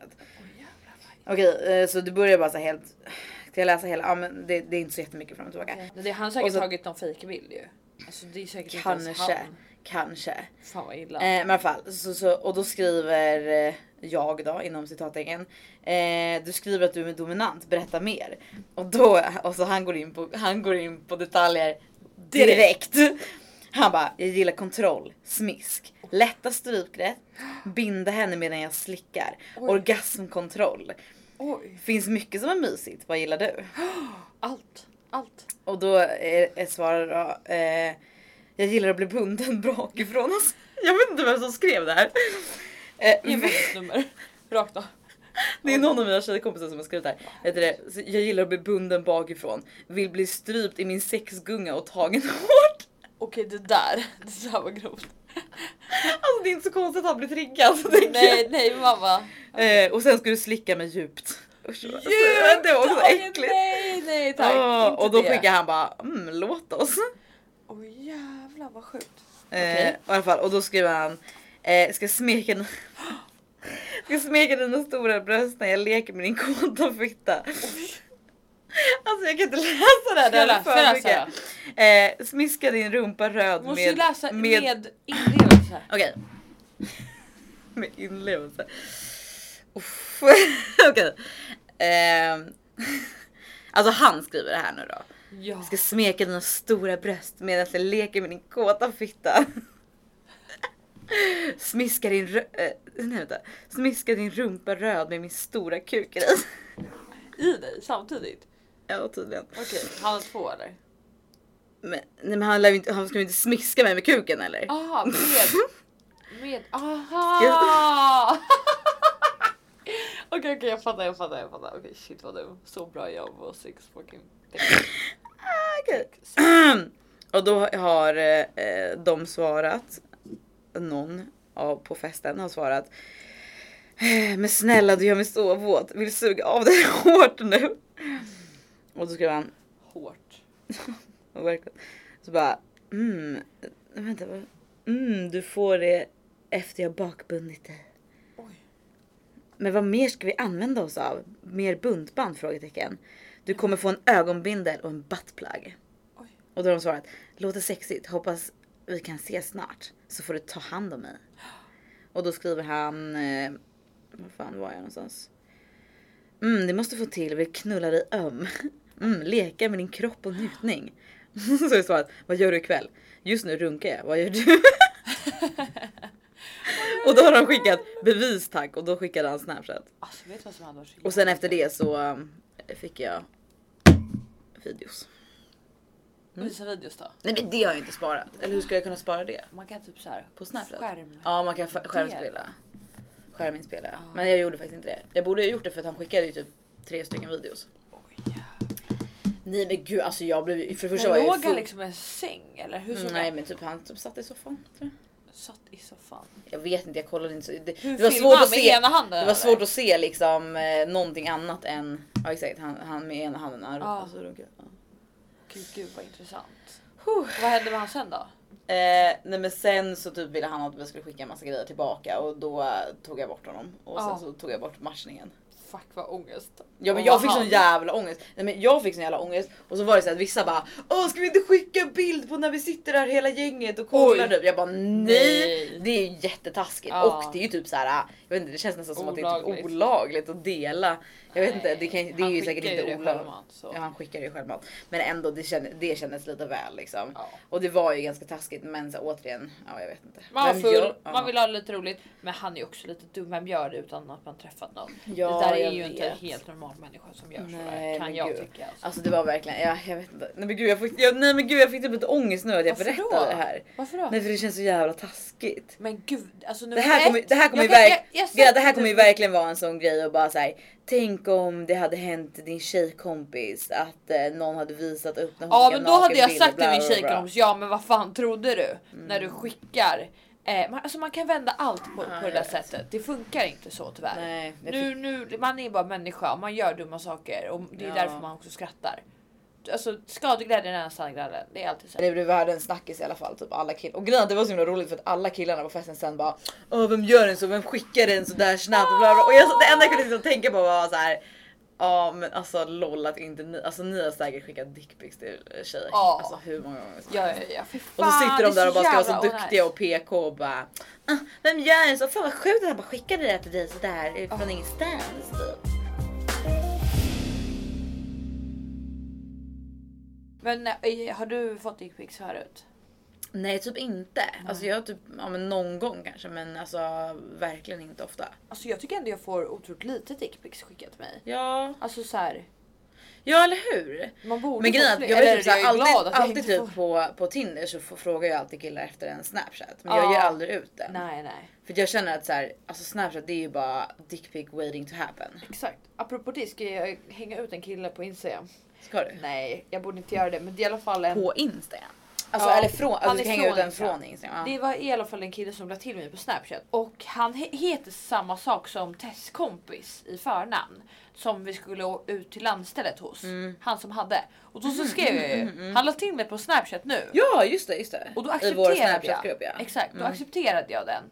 Okej, så du börjar bara så helt ska jag läsa hela? Ja men det är inte så jättemycket fram och tillbaka. Det han säkert så, tagit någon fejkbild ju. Alltså det är säkert kanske. Fan vad illa. Men i alla fall så och då skriver jag då inom citattecken du skriver att du är dominant, berätta mer. Och så han går in på detaljer direkt. Han bara jag gillar kontroll, smisk, lätta strypgrepp, binda henne medan jag slickar, orgasmkontroll. Finns mycket som är mysigt, vad gillar du? Allt. Och då är svaret då jag gillar att bli bunden bakifrån oss. Jag vet inte vem som skrev det här. Nummer. Rakt då. Det är någon av mina tjejkompisar som har skrivit här. Vet du det? Jag gillar att bli bunden bakifrån. Vill bli strypt i min sexgunga och tagen hårt. Okej, det där var grovt. Alltså det är inte så konstigt att han blir triggad. Nej mamma. Och sen ska du slicka mig djupt. Usch, Det var också äckligt. Nej tack. Och då skickar han bara, låt oss. Jävlar vad sjukt. I alla fall, och då skriver han, ska smeka dina stora bröst när jag leker med din kåta fitta. Alltså jag kan inte läsa det här. Det är för mycket. Smiska din rumpa röd måste med... läsa med inlevelse. Okej. Med inlevelse. Okej. Alltså han skriver det här nu då. Ja. Jag ska smeka dina stora bröst medan jag leker med din kåta fitta. Smiska din rumpa röd med min stora kuk I dig samtidigt? Ja, tydligen. Okej, han har 2 eller? Men han ska ju inte smiska mig med kuken eller? Aha, aha! Okej, jag fattar. Okej, shit vad dum. Så bra jobb och 6 fucking... Okej. Och då har de svarat, någon på festen har svarat, men snälla du gör mig så våt, vill suga av dig hårt nu. Och då skrev han hårt. Och verkligen. Så bara, vänta, du får det efter jag bakbundit dig. Oj. Men vad mer ska vi använda oss av? Mer buntband? Frågetecken. Du kommer få en ögonbindel och en buttplug. Oj. Och då har de svarat, låter sexigt, hoppas vi kan ses snart. Så får du ta hand om mig. Och då skriver han, vad fan var jag någonstans? Det måste få till, vill knulla dig öm. Leka med din kropp och njutning. Så jag svarat, vad gör du ikväll? Just nu runkar jag, vad gör du? Och då har de skickat bevis tack. Och då skickade han Snapchat. Alltså, vet vad som hade varit och sen efter det så fick jag videos. Visa videos då? Nej men det har jag inte sparat. Eller hur ska jag kunna spara det? Man kan typ så här på Snapchat. Skärm. Ja, man kan skärminspela. Men jag gjorde faktiskt inte det. Jag borde ha gjort det för att han skickade ju typ 3 stycken videos. Nej men gud, alltså jag blev för första var jag låg liksom en säng eller hur såg nej men typ han typ satt i soffan tror jag. Satt i soffan. Jag vet inte, jag kollade inte så det var svårt att se. Det var svårt att se liksom någonting annat än ja exakt han med ena handen alltså Gud vad intressant. Vad hände med han sen då? Nej men sen så typ ville han att vi skulle skicka en massa grejer tillbaka och då tog jag bort honom och sen så tog jag bort matchningen. Fuck vad ångest. Ja men jag fick sån jävla ångest. Nej men jag fick sån jävla ångest och så var det så att vissa bara ska vi inte skicka en bild på när vi sitter där hela gänget och kollar typ. Jag bara nej. Det är ju jättetaskigt och det är ju typ så här jag vet inte det känns nästan som att det är typ olagligt att dela. Jag vet inte det är ju säkert inte olagligt. Ja han skickar ju självmant. Men ändå det kändes lite väl liksom. Ja. Och det var ju ganska taskigt men så återigen jag vet inte. Man var full, man vill ha det lite roligt men han är ju också lite dum. Vem gör det utan att man träffat någon? Ja, det där är ju inte en helt normal människa som gör så där, kan jag tycka. Alltså det var verkligen, jag vet inte. Nej men gud jag fick typ lite ångest nu att jag berättade det här. Varför då? Nej för det känns så jävla taskigt. Men gud, alltså det här kommer ju verkligen vara en sån grej och bara så här. Tänk om det hade hänt din tjejkompis att någon hade visat upp när hon men då hade jag sagt till min tjejkompis, ja men vad fan trodde du när du skickar man kan vända allt på det där sättet. Det funkar inte så tyvärr. Nej, nu man är bara människa och man gör dumma saker och det är därför man också skrattar. Alltså skadeglädjen är nästan glädjen. Det är alltid så. Det blev världens snackis i alla fall typ alla killar. Och grejen det var så himla roligt för att alla killarna på festen sen bara vem gör den så? Vem skickar den så där snabbt och bla bla. Och det enda jag kunde liksom tänka på var så här. Ja men alltså lol att inte ni har säkert skickat dickpics till tjejer. Alltså hur många gånger som ja, och så sitter de där och bara ska vara så duktiga och PK och bara vem gör det så? Fan vad sjukt att han bara skickade det till dig sådär från ingenstans typ. Men har du fått dickpics förut? Nej typ inte. Alltså jag typ men någon gång kanske men alltså verkligen inte ofta. Alltså jag tycker ändå jag får otroligt lite dickpics skickat till mig. Ja. Alltså så här. Ja eller hur? Man borde men grejen få jag vet typ, jag är glad att jag alltid inte typ får... på Tinder så frågar jag alltid killar efter en Snapchat. Men jag ger aldrig ut den. Nej. För jag känner att så här, alltså Snapchat det är ju bara dick pic waiting to happen. Exakt. Apropå det ska jag hänga ut en kille på Instagram. Ska du? Nej, jag borde inte göra det. Men det är i alla fall en... På Instagram? Alltså Ja, eller från, alltså han du är ska hänga ut den Instagram. från Instagram. Ja. Det var i alla fall en kille som lade till mig på Snapchat. Och han heter samma sak som Tess kompis i förnamn. Som vi skulle ut till landstället hos. Han som hade. Och då så skrev jag ju. Han lade till mig på Snapchat nu. Ja just det. Och då I vår accepterade Snapchat-grupp ja. Exakt, då accepterade jag den.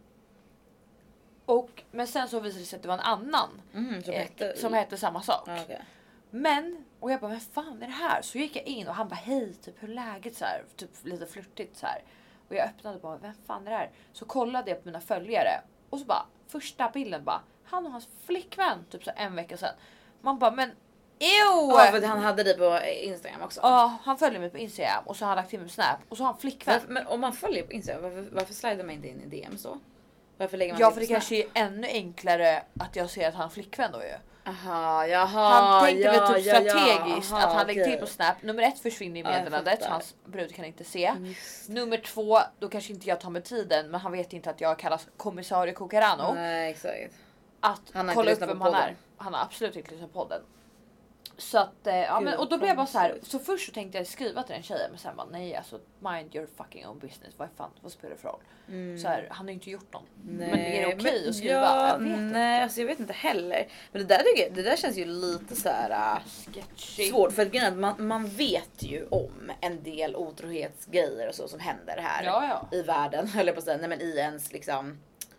Men sen så visade det sig att det var en annan. Som hette samma sak. Ah, okay. Men, och jag bara, vad fan är det här? Så gick jag in och han bara, hej, typ hur är läget så här, typ lite flirtigt så här. Och jag öppnade bara, vem fan är det här? Så kollade jag på mina följare och så bara, första bilden bara, han och hans flickvän, typ så en vecka sedan. Man bara, men ew! Ja för han hade det på Instagram också. Ja, han följer mig på Instagram och så har han lagt till mig på Snap och så har han flickvän. Men om man följer på Instagram, varför slidar man inte in i DM så? Varför lägger man Ja, för det kanske är ännu enklare att jag ser att han har flickvän då ju. Aha, jaha, Han tänkte väl typ strategiskt aha, att han lägger okej. till på Snap. Nummer 1 försvinner i meddelandet så hans brud kan inte se. Nummer 2, då kanske inte jag tar med tiden men han vet inte att jag kallas kommissarie Cucarano. Nej exakt. Att Han har kolla inte upp vem lyssnat på han är. podden. Han har absolut inte lyssnat på podden. Så att, ja, men, och då blev jag bara så här. Så först så tänkte jag skriva till den tjejen men sen bara nej alltså mind your fucking own business. Vad spelar det för roll? Så här, han har ju inte gjort någon. Nej, Men är det okej att skriva? Ja, Jag vet nej inte. alltså jag vet inte heller. Men det där känns ju lite så här Sketchy. svårt för att man vet ju om en del otrohetsgrejer och så som händer här Ja. i världen eller på att säga, nej men i ens liksom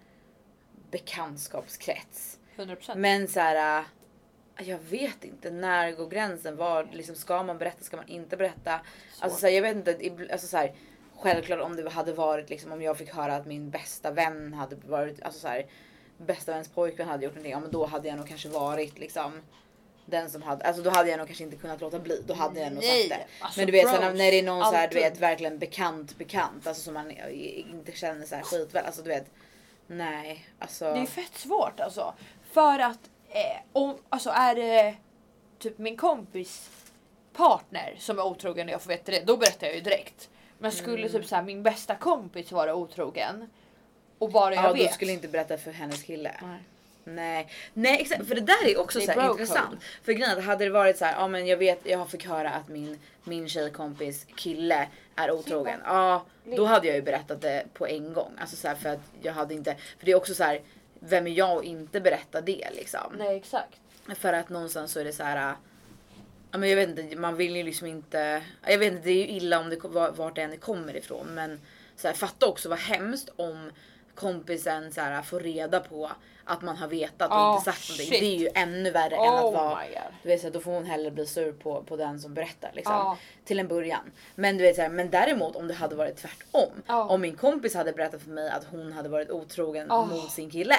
bekantskapskrets. 100%. Men så här jag vet inte när går gränsen, var liksom ska man berätta, ska man inte berätta? Alltså så här, jag vet inte, alltså så här, självklart om det hade varit liksom om jag fick höra att min bästa vän hade varit alltså så här, bästa väns pojkvän hade gjort någonting, ja men då hade jag nog kanske varit liksom den som hade, alltså då hade jag nog kanske inte kunnat låta bli, då hade jag nog sagt det. Alltså, men du vet bros, så när det är någon så här, du alltid. vet verkligen bekant alltså som man inte känner så här skitväl, alltså du vet nej, alltså Det är fett svårt alltså. För att om, alltså är det typ min kompis partner som är otrogen och jag får veta det, då berättar jag ju direkt. Men skulle typ så här, min bästa kompis vara otrogen och bara jag vet. då skulle inte berätta för hennes kille. Nej exakt, för det där är också Det är så här bro intressant. code. För grejen är att hade det varit så här, ja men jag fick höra att min tjejkompis kille är otrogen. Ja, då hade jag ju berättat det på en gång. Alltså så här, för att jag hade inte, för det är också så här, vem är jag att inte berätta det liksom? Nej exakt. För att någonstans så är det så här, ja men jag vet inte, man vill ju liksom inte, jag vet inte, det är ju illa om det vart det än det kommer ifrån, men så här, fatta också vad hemskt om kompisen så här, får reda på att man har vetat och inte sagt någonting. Shit. Det är ju ännu värre än att vara, my God. du vet så här, då får hon hellre bli sur på den som berättar liksom, till en början. Men du vet så här, men däremot om det hade varit tvärtom, om min kompis hade berättat för mig att hon hade varit otrogen mot sin kille.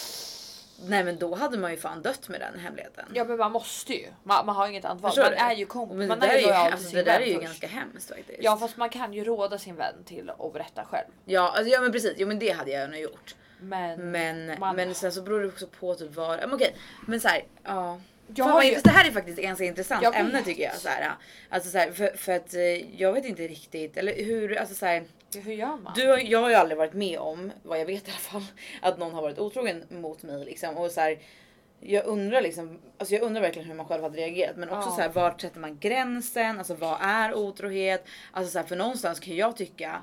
Nej men då hade man ju fan dött med den hemligheten. Ja men man måste ju. Man har inget annat val. Förstår Man du? är ju kompis. Men Man det där är ju lojal till alltså, sin det där vän är ju först. ganska hemskt faktiskt. Ja fast man kan ju råda sin vän till att berätta själv. Ja, alltså, ja men precis, jo men det hade jag nog gjort. Men Men sen så beror det också på typ vad, men okej, men så här, ja. Jag Fan, har vad ju- det här är faktiskt ett ganska intressant Jag ämne vet. tycker jag så här. Alltså så här, för att jag vet inte riktigt eller hur, alltså så här, hur gör man? jag har ju aldrig varit med om, vad jag vet i alla fall, att någon har varit otrogen mot mig liksom och så här, jag undrar liksom, alltså jag undrar verkligen hur man själv hade reagerat, men också så här, vart sätter man gränsen, alltså vad är otrohet, alltså så här, för någonstans kan jag tycka,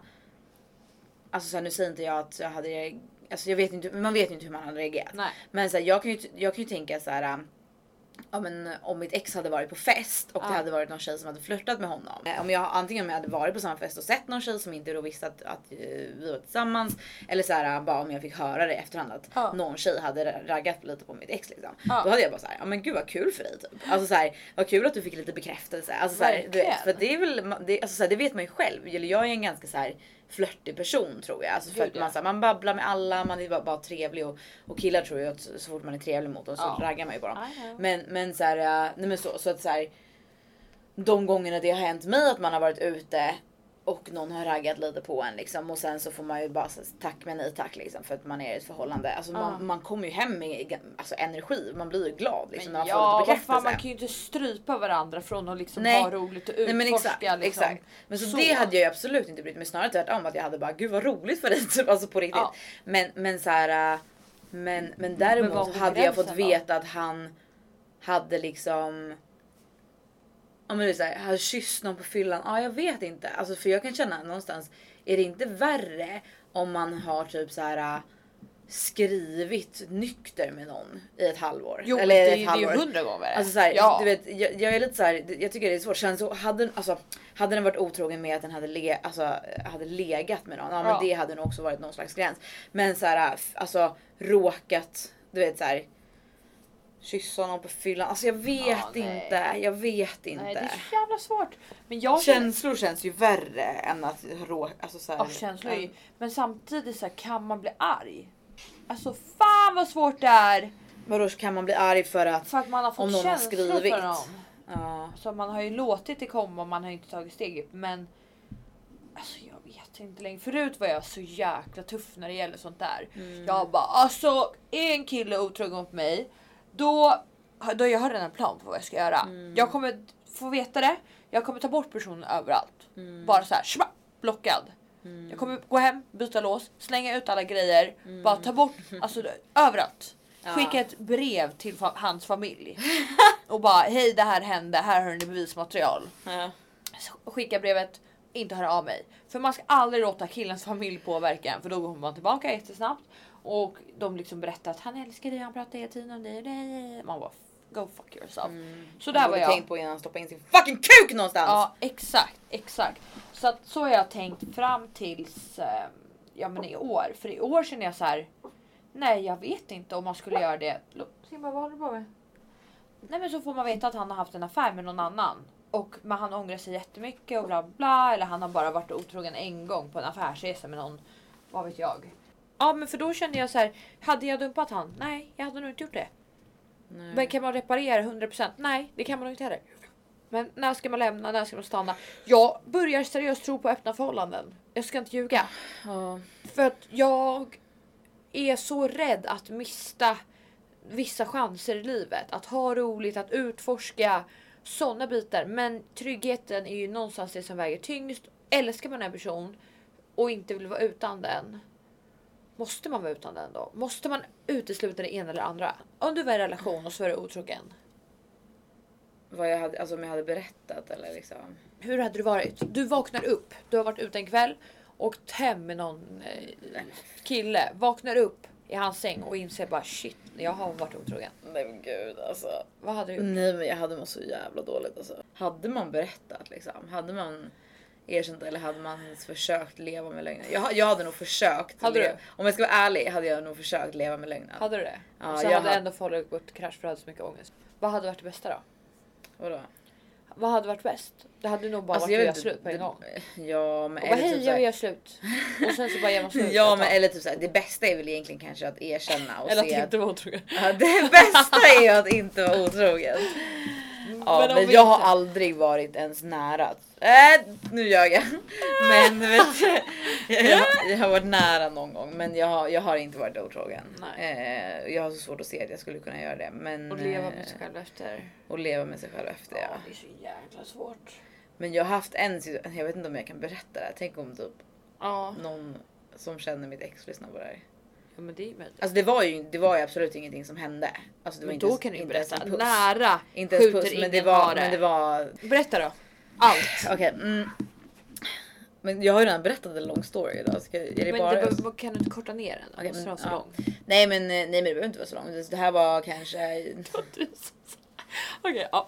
alltså så här, nu säger inte jag att jag hade, alltså jag vet inte, man vet ju inte hur man hade reagerat. Nej. Men så här, jag kan ju tänka så här, ja men om mitt ex hade varit på fest och det hade varit någon tjej som hade flörtat med honom. Om jag hade varit på samma fest och sett någon tjej som inte då visste att vi var tillsammans. Eller så här, bara om jag fick höra det i efterhand att någon tjej hade raggat lite på mitt ex liksom. Då hade jag bara så här, ja men gud vad kul för dig typ. Alltså så här, vad kul att du fick lite bekräftelse. Alltså så här, du vet, för det är väl, alltså så här, det vet man ju själv. Eller jag är en ganska så här flörtig person tror jag. Alltså för att man, så här, man babblar med alla, man är bara trevlig och killar tror jag att så fort man är trevlig mot dem så raggar man ju på dem. Men så här, nej men så att så här, de gångerna det har hänt mig att man har varit ute och någon har raggat lite på en liksom, och sen så får man ju bara tack men nej tack liksom, för att man är i ett förhållande. Alltså man kommer ju hem med alltså, energi, man blir ju glad liksom, när man får lite bekräftelse. Man kan ju inte strypa varandra från att liksom ha roligt och utforska. Nej, men exakt. Men så det hade jag ju absolut inte brytt mig, snarare tvärtom, att jag hade bara gud vad roligt för dig typ, alltså på riktigt. Men så här, men däremot hade jag fått veta att han hade liksom, ja men det är så här, hade kysst någon på fyllan. Ja, jag vet inte. Alltså för jag kan känna någonstans, är det inte värre om man har typ så här skrivit nykter med någon i ett halvår? Jo, eller det är ju 100 gånger värre. Alltså så här, du vet, jag är lite så här, jag tycker det är svårt. Sen så hade den varit otrogen med att den hade legat med någon. Ja, men det hade nog också varit någon slags gräns. Men så här, alltså råkat, du vet så här, kyssa någon på fyllan. Alltså jag vet inte. Jag vet inte. Nej, det är så jävla svårt. Men känslor känns ju värre än att alltså så här, ja, känslor ju. Men samtidigt så här, kan man bli arg? Alltså fan vad svårt det är. Vadå, kan man bli arg för att man har fått om någon har skrivit? För någon. Ja. Så man har ju låtit det komma och man har inte tagit steget. Men alltså jag vet inte längre. Förut var jag så jäkla tuff när det gäller sånt där. Jag bara alltså en kille otrogen mot mig. Då jag har redan en plan på vad jag ska göra. Jag kommer få veta det. Jag kommer ta bort personen överallt. Bara så här, blockad. Jag kommer gå hem, byta lås, slänga ut alla grejer. Bara ta bort, alltså överallt. Skicka ett brev till hans familj. Och bara, hej det här hände, här har ni bevismaterial. Skicka brevet, inte höra av mig. För man ska aldrig låta killens familj påverka. För då går man tillbaka jättesnabbt. Och de liksom berättar att han älskar dig, han pratar hela tiden om dig och dig. Man bara, go fuck yourself. Så där var jag. Tänkt på innan han stoppade in sin fucking kuk någonstans. Ja, exakt. Så har jag tänkt fram tills men i år. För i år känner jag så här, nej jag vet inte om man skulle göra det. Simba, vad håller du på med? Nej men så får man veta att han har haft en affär med någon annan. Och men han ångrar sig jättemycket och bla bla. Eller han har bara varit otrogen en gång på en affärsresa med någon, vad vet jag. Ja men för då kände jag så här, hade jag dumpat han? Nej, jag hade nog inte gjort det. Nej. Men kan man reparera 100%? Nej, det kan man nog inte heller. Men när ska man lämna? När ska man stanna? Jag börjar seriöst tro på öppna förhållanden. Jag ska inte ljuga. För att jag är så rädd att mista vissa chanser i livet. Att ha roligt, att utforska sådana bitar. Men tryggheten är ju någonstans det som väger tyngst. Älskar man en person och inte vill vara utan den. Måste man vara utan den då? Måste man utesluta det ena eller andra? Om du var i relation och så är du otrogen. Vad jag hade, alltså om jag hade berättat eller liksom. Hur hade du varit? Du vaknar upp. Du har varit ute en kväll och hem med någon kille. Vaknar upp i hans säng och inser bara shit, jag har varit otrogen. Nej men gud alltså. Vad hade du gjort? Nej men jag hade mått så jävla dåligt alltså. Hade man berättat liksom? Hade man erkänt eller hade man försökt leva med lögnen? Jag hade nog försökt. Hade du? Om jag ska vara ärlig hade jag nog försökt leva med lögnen. Hade du det? Ja, så hade ändå folk gått krasch för att hade så mycket ångest. Vad hade varit det bästa då? Vadå? Vad hade varit bäst? Det hade nog bara varit att göra slut på en gång. Ja, men och bara, hej, jag gör slut. Och sen så bara gör man slut. Ja, men eller typ såhär, det bästa är väl egentligen kanske att erkänna och eller se att inte vara otrogen. Ja, det bästa är att inte vara otrogen. Ja, men jag har aldrig varit ens nära. Nu ljög jag. Men vet jag har varit nära någon gång, men jag har inte varit otrogen. Jag har så svårt att se att jag skulle kunna göra det, men och leva med sig själv efter. Och leva med sig själv efter, ja. Det är så jäkla svårt. Men jag har haft jag vet inte om jag kan berätta det här. Tänk om typ någon som känner mitt ex lyssnar på det här. Ja, men det är möjligt. Alltså det var ju absolut ingenting som hände. Alltså det var men inte då kan du inte berätta. Nära inte skjuter puss, men det var berätta då. Allt. Okej. Men jag har ju redan berättat en lång story idag. Men kan du inte korta ner den? Okay, måste vara så lång. Nej men det behöver inte vara så lång. Det här var kanske Okej, ja.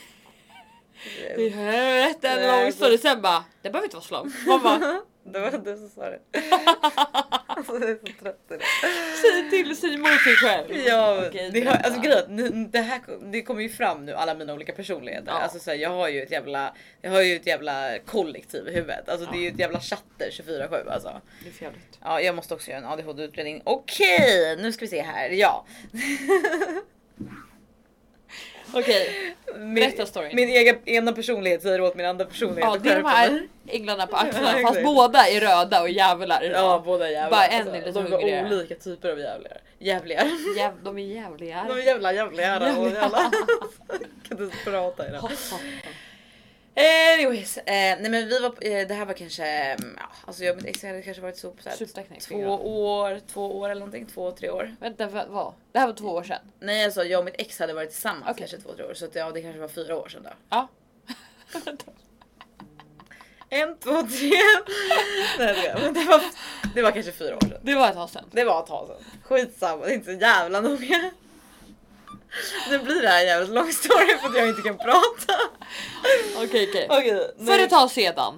Vi berättar en lång story sen bara. Det behöver inte vara så lång. Mamma. Det var du som sa det. Alltså jag är så trött i det. Säg till, säg emot dig själv. Ja, alltså grejen, det kommer ju fram nu alla mina olika personligheter. Ja. Alltså så här, jag har ju ett jävla kollektiv i huvudet. Alltså det är ju ett jävla chatter 24/7 alltså. Det är fjärligt. Ja, jag måste också göra en ADHD-utredning. Okej, nu ska vi se här. Ja. Okej, berätta storyn. Min ena personlighet säger åt min andra personlighet. Ja, det är de här änglarna på axlarna. Fast båda är röda och jävlar. Ja, båda är jävlar. Bara en är lite de är olika typer av jävlar. Jävliga. De är jävliga. De är jävliga. Kan du prata i det? Anyways, nej men vi var, det här var kanske, alltså jag hade kanske varit så här 2 år eller någonting, 2-3 år. Vänta, vad? Det här var 2 år sedan? Nej, alltså jag och mitt ex hade varit tillsammans kanske 2-3 år, så att, ja, det kanske var 4 år sedan då. Ja. 1, 2, 3. Nej, men det var kanske 4 år sedan. Det var ett tag sedan. Skitsamma, det är inte så jävla noga. Nu blir det här en jävligt lång story för att jag inte kan prata. Okej. För ett tag sedan.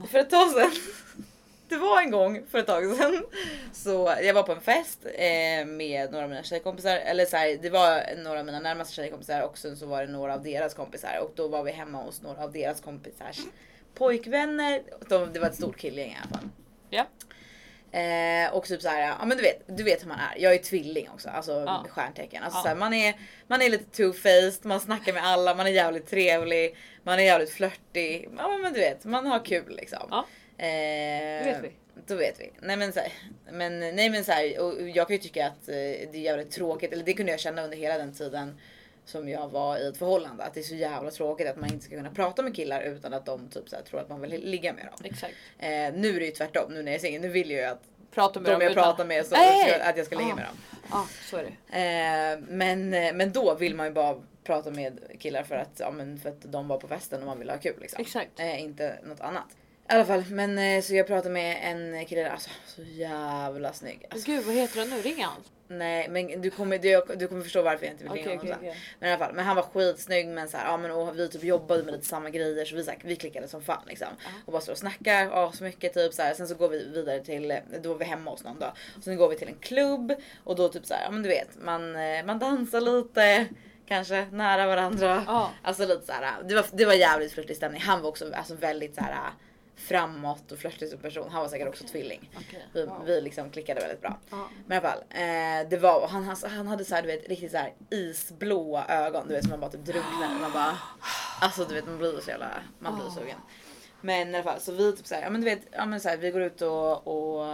Det var en gång för ett tag sedan. Så jag var på en fest med några av mina tjejkompisar. Eller så här, det var några av mina närmaste tjejkompisar. Och sen så var det några av deras kompisar. Och då var vi hemma hos några av deras kompisars pojkvänner. Det var ett stort killgäng i alla fall. Ja. Och typ så här, ja men du vet hur man är. Jag är tvilling också, alltså stjärntecken. Alltså så här, man är lite two-faced, man snackar med alla, man är jävligt trevlig, man är jävligt flörtig. Ja men du vet, man har kul liksom. Ja. Då vet vi. Nej men så här, och jag kan ju tycka att det är jävligt tråkigt, eller det kunde jag känna under hela den tiden som jag var i ett förhållande, att det är så jävla tråkigt att man inte ska kunna prata med killar utan att de typ så här tror att man vill ligga med dem. Exakt. Nu är det ju tvärtom, nu när jag är singel, nu vill jag ju att prata med de jag pratar med så att jag ska ligga med dem. Ja, så är det. Men då vill man ju bara prata med killar för att de var på festen och man vill ha kul liksom. Exakt. Inte något annat. I alla fall, men så jag pratade med en kille, alltså så jävla snygg. Alltså, gud, vad heter han nu? Ring han? Nej, men du kommer förstå varför jag inte vill ringa honom. Okay. Men i alla fall, men han var skitsnygg, men så här, och vi typ jobbade med lite samma grejer, så vi klickade som fan liksom. Och bara står och snackar så mycket typ så här. Sen så går vi vidare till, då var vi hemma hos någon då. Och sen går vi till en klubb och då typ så här, ja men du vet, man dansar lite, kanske nära varandra. Alltså lite så här, det var jävligt flörtig stämning. Han var också alltså väldigt så här framåt och flörtig som person. Han var säkert också tvilling. Vi liksom klickade väldigt bra. Men i alla fall, det var, han hade så här, du vet, riktigt så här isblåa ögon, du vet, som man bara typ drunknar. Man bara, alltså du vet, man blir så jävla, man blir sugen. Men i alla fall, så vi typ så här, ja men du vet, ja men så här, vi går ut och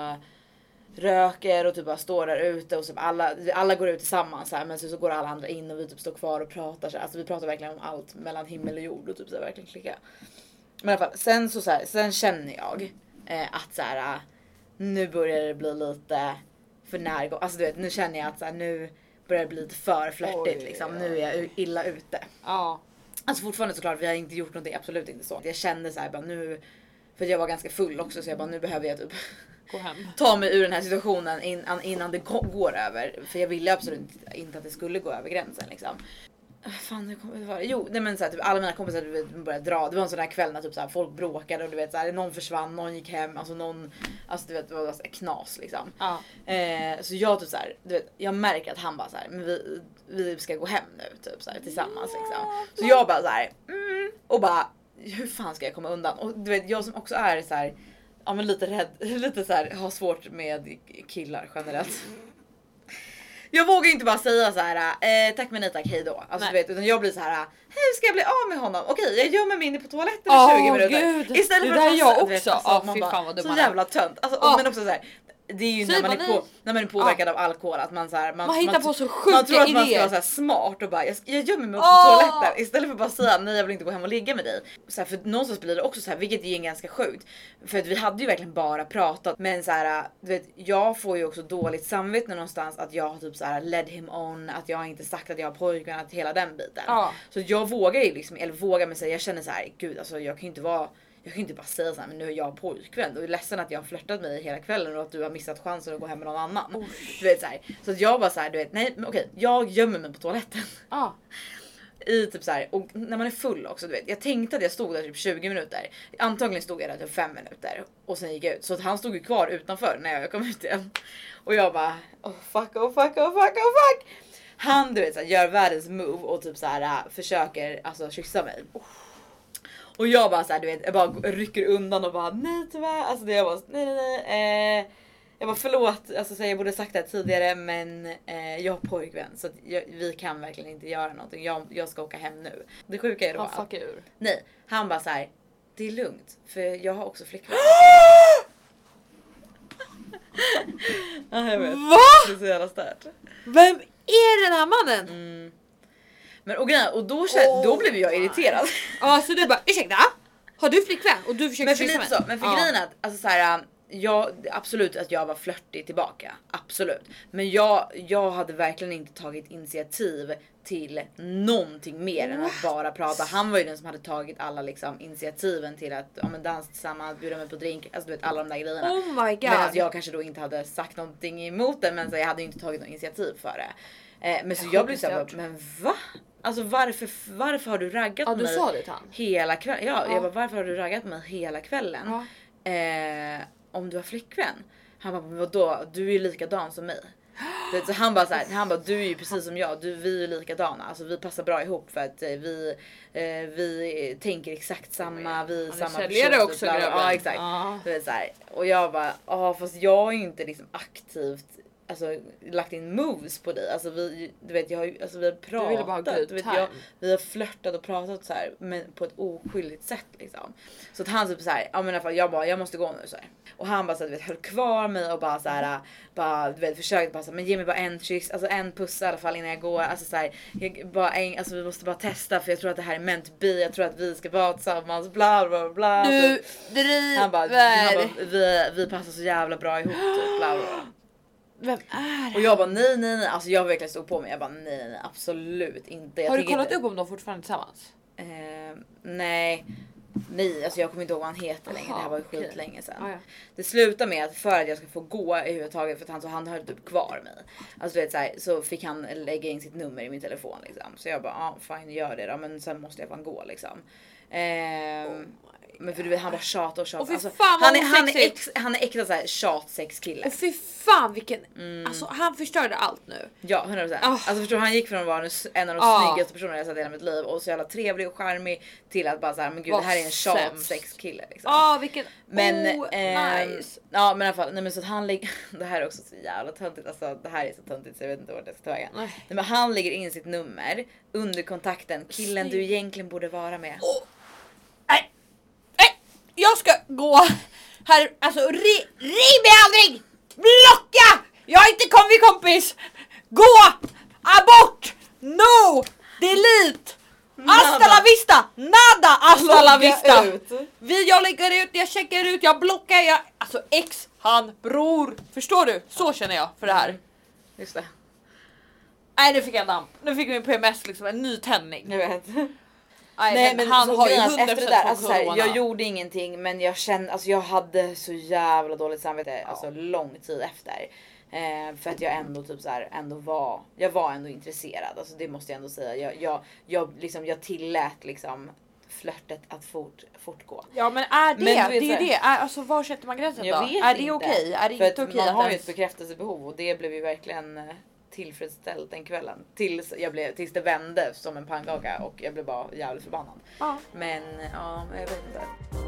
röker och typ bara står där ute och så alla går ut tillsammans så här, men så går alla andra in och vi typ står kvar och pratar så här. Alltså vi pratar verkligen om allt mellan himmel och jord och typ så här, verkligen klicka. Men i alla fall, sen känner jag att så här, nu börjar det bli lite för närgång. Alltså du vet, nu känner jag att så här, nu börjar det bli lite för flörtigt liksom. Nu är jag illa ute. Ja. Alltså fortfarande såklart, vi har inte gjort någonting, absolut inte så. Jag kände så här, bara nu, för jag var ganska full också, så jag bara, nu behöver jag typ gå hem. Ta mig ur den här situationen innan det går över. För jag ville absolut inte att det skulle gå över gränsen liksom. Fan, det var det. Jo, nej men så här, typ, alla mina kompisar började dra. Det var en sån där kväll när typ så här, folk bråkade och du vet så här, någon försvann, någon gick hem, alltså du vet, det var så här, knas liksom. Så jag typ så här, du vet, jag märker att han bara så här, men vi ska gå hem nu typ så här, tillsammans liksom. Så jag bara så här, och bara, hur fan ska jag komma undan? Och du vet, jag som också är så här, ja men lite rädd, lite så här, har svårt med killar generellt. Jag vågar inte bara säga så här, tack men nej tack, hej då. Alltså, du vet, utan jag blir så här, hur ska jag bli av med honom? Okej, jag gömmer mig inne på toaletten i 20 minuter. Gud. Istället det för där jag också. Vet, alltså, man bara, så jävla tönt. Alltså, men också så här, det är ju när man är påverkad av alkohol att man så här, man hittar på så sjuka man tror att idéer. Man ska vara så här smart och bara jag gömmer mig på toaletten istället för att bara säga nej, jag vill inte gå hem och ligga med dig. Så här, för någonstans blir det också så här, vilket är ganska sjukt, för att vi hade ju verkligen bara pratat, men så här, du vet, jag får ju också dåligt samvete någonstans att jag har typ så här led him on, att jag inte sagt att jag har pojkvän, att hela den biten. Så jag vågar ju liksom, eller vågar mig säga, jag känner så här, gud alltså jag kan ju inte bara säga såhär, men nu är jag pojkvän och är ledsen att jag har flörtat med dig hela kvällen och att du har missat chansen att gå hem med någon annan. Du vet såhär. Så att jag bara såhär, du vet, nej men okej, jag gömmer mig på toaletten. I typ såhär, och när man är full också, du vet. Jag tänkte att jag stod där typ 20 minuter. Antagligen stod jag där typ 5 minuter. Och sen gick jag ut. Så att han stod ju kvar utanför när jag kom ut igen. Och jag bara, oh fuck. Han, du vet såhär, gör världens move och typ såhär försöker alltså kyssa mig. Och jag bara såhär, du vet, jag bara rycker undan och bara nej tyvärr. Alltså det jag bara nej. Jag bara förlåt, alltså så jag borde sagt det tidigare, men jag har pojkvän så att vi kan verkligen inte göra någonting. Jag ska åka hem nu. Det sjuka är då Han fuckar ur. Nej, han bara så här: det är lugnt för jag har också flickvän. Ja, jag vet. Va? Det är så jävla stört. Vem är den här mannen? Men och då blev jag irriterad. Ja, så du bara ursäkta? Har du flickvän? Och du försöker Men för lite så, men för grejen är att alltså så här, absolut att jag var flörtig tillbaka, absolut. Men jag hade verkligen inte tagit initiativ till någonting mer än att bara prata. Han var ju den som hade tagit alla liksom initiativen till att dansa tillsammans, bjuda mig på drink, alltså du vet alla de där grejerna. Oh my god. Medan jag kanske då inte hade sagt någonting emot det, men så jag hade inte tagit något initiativ för det. Men så jag blev så här, men va? Alltså varför har du raggat mig? Ja, du sa det till han. Hela kvällen. Ja, jag bara, varför har du raggat mig hela kvällen? Ja. Om du har flickvän. Han bara, vadå? Du är ju likadan som mig. Så han bara så här, du är ju precis som jag. Vi är ju likadana. Alltså vi passar bra ihop för att vi tänker exakt samma. Vi är samma person. Också ja, exakt. Det är så här. Och jag bara, fast jag är ju inte liksom aktivt lagt in moves på dig. Alltså vi har pratat. Du ville bara ha good time. Vi har flörtat och pratat så här, men på ett oskyldigt sätt liksom. Så att han typ så här, ja men i alla fall jag måste gå nu så här. Och han bara så här, höll kvar mig och bara så här, försökte bara så här, men ge mig bara en kyss, alltså en puss i alla fall innan jag går. Alltså så här, vi måste bara testa för jag tror att det här är meant to be. Jag tror att vi ska vara tillsammans, bla bla bla. Du driver. Han bara vi passar så jävla bra ihop typ, bla bla. Vem är det? Och jag bara nej. Alltså jag verkligen stod på mig. Jag bara nej absolut inte. Har du kollat upp om de fortfarande tillsammans? Nej, alltså jag kommer inte ihåg vad han heter längre. Det här var ju skit länge sedan. Ja. Det slutar med att för att jag ska få gå överhuvudtaget, för att han höll typ kvar mig. Alltså du vet så fick han lägga in sitt nummer i min telefon liksom. Så jag bara fine, gör det då, men sen måste jag fan gå liksom. Men för du vet, han bara tjatar. Alltså, han är äkta såhär tjatsexkille. Och fy fan vilken alltså han förstörde allt nu. Ja, 100%. Alltså förstår, han gick från att vara en av de snyggaste personerna jag sett i hela mitt liv och så jävla trevlig och charmig till att bara såhär, men gud, det här är en tjatsexkille liksom. Vilken nice. Ja, men i alla fall, nej men så att han ligger det här är också så jävla töntigt. Alltså det här är så töntigt så jag vet inte vart jag ska ta vägen. Nej, men han lägger in sitt nummer under kontakten, killen du egentligen borde vara med. Jag ska gå här, alltså riv mig aldrig! Blocka! Jag är inte kompis! Gå! Abort! No! Delete! Hasta la vista! Nada! Hasta la vista! Jag lägger ut, jag checkar ut, jag blockar, alltså ex, han, bror. Förstår du? Så känner jag för det här. Just det. Nej, nu fick jag damp. Nu fick min PMS liksom en ny tändning. Jag vet. Nej, men han har ju 100% efter det där, alltså, här, jag gjorde ingenting, men jag kände, alltså jag hade så jävla dåligt samvete alltså lång tid efter. För att jag ändå typ så här, jag var ändå intresserad, alltså det måste jag ändå säga. Jag tillät liksom flörtet att fortgå. Ja, men är det är ju det. Alltså var sätter man gränsen då? Är det okej? Är det inte okej? Man har ju ett bekräftelsebehov och det blev ju verkligen tillfredsställd den kvällen tills det vände som en pannkaka och jag blev bara jävligt förbannad. Ja. Men ja, jag vet inte.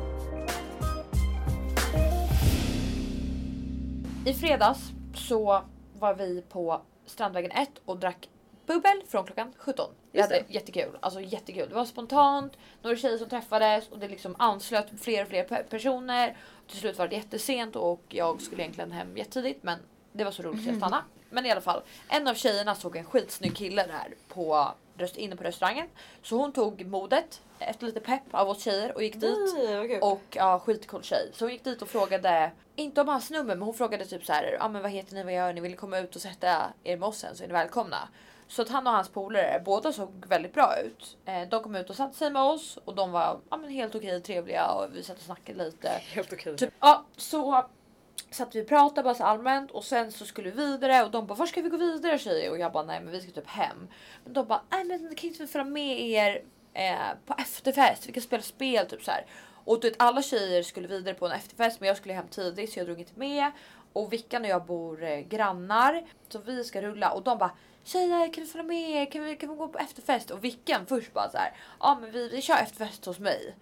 I fredags så var vi på Strandvägen 1 och drack bubbel från klockan 17. Vi hade jättekul, alltså jättekul. Det var spontant, några tjejer som träffades och det liksom anslöt fler och fler personer. Till slut var det jättesent och jag skulle egentligen hem jättetidigt, men det var så roligt att jag stannade. Men i alla fall, en av tjejerna såg en skitsnygg kille där inne på restaurangen. Så hon tog modet efter lite pepp av oss tjejer och gick dit. Okay. Och skitcool tjej. Så hon gick dit och frågade, inte om hans nummer, men hon frågade typ så här: men vad heter ni, vad gör ni, vill ni komma ut och sätta er med oss sen så är ni välkomna. Så att han och hans polare, båda såg väldigt bra ut. De kom ut och satte sig med oss och de var helt okej, trevliga och vi satt och snackade lite. Helt okej. Typ, så att vi pratade bara så allmänt och sen så skulle vi vidare och de bara, var ska vi gå vidare tjejer? Och jag bara, nej men vi ska typ hem. Men de bara, nej men kan inte följa med er på efterfest, vi kan spela spel typ så här. Och du vet, alla tjejer skulle vidare på en efterfest men jag skulle hem tidigt så jag drog inte med. Och Vickan och jag bor grannar så vi ska rulla och de bara, tjejer kan vi följa med, kan vi gå på efterfest? Och Vickan först bara så här, men vi kör efterfest hos mig.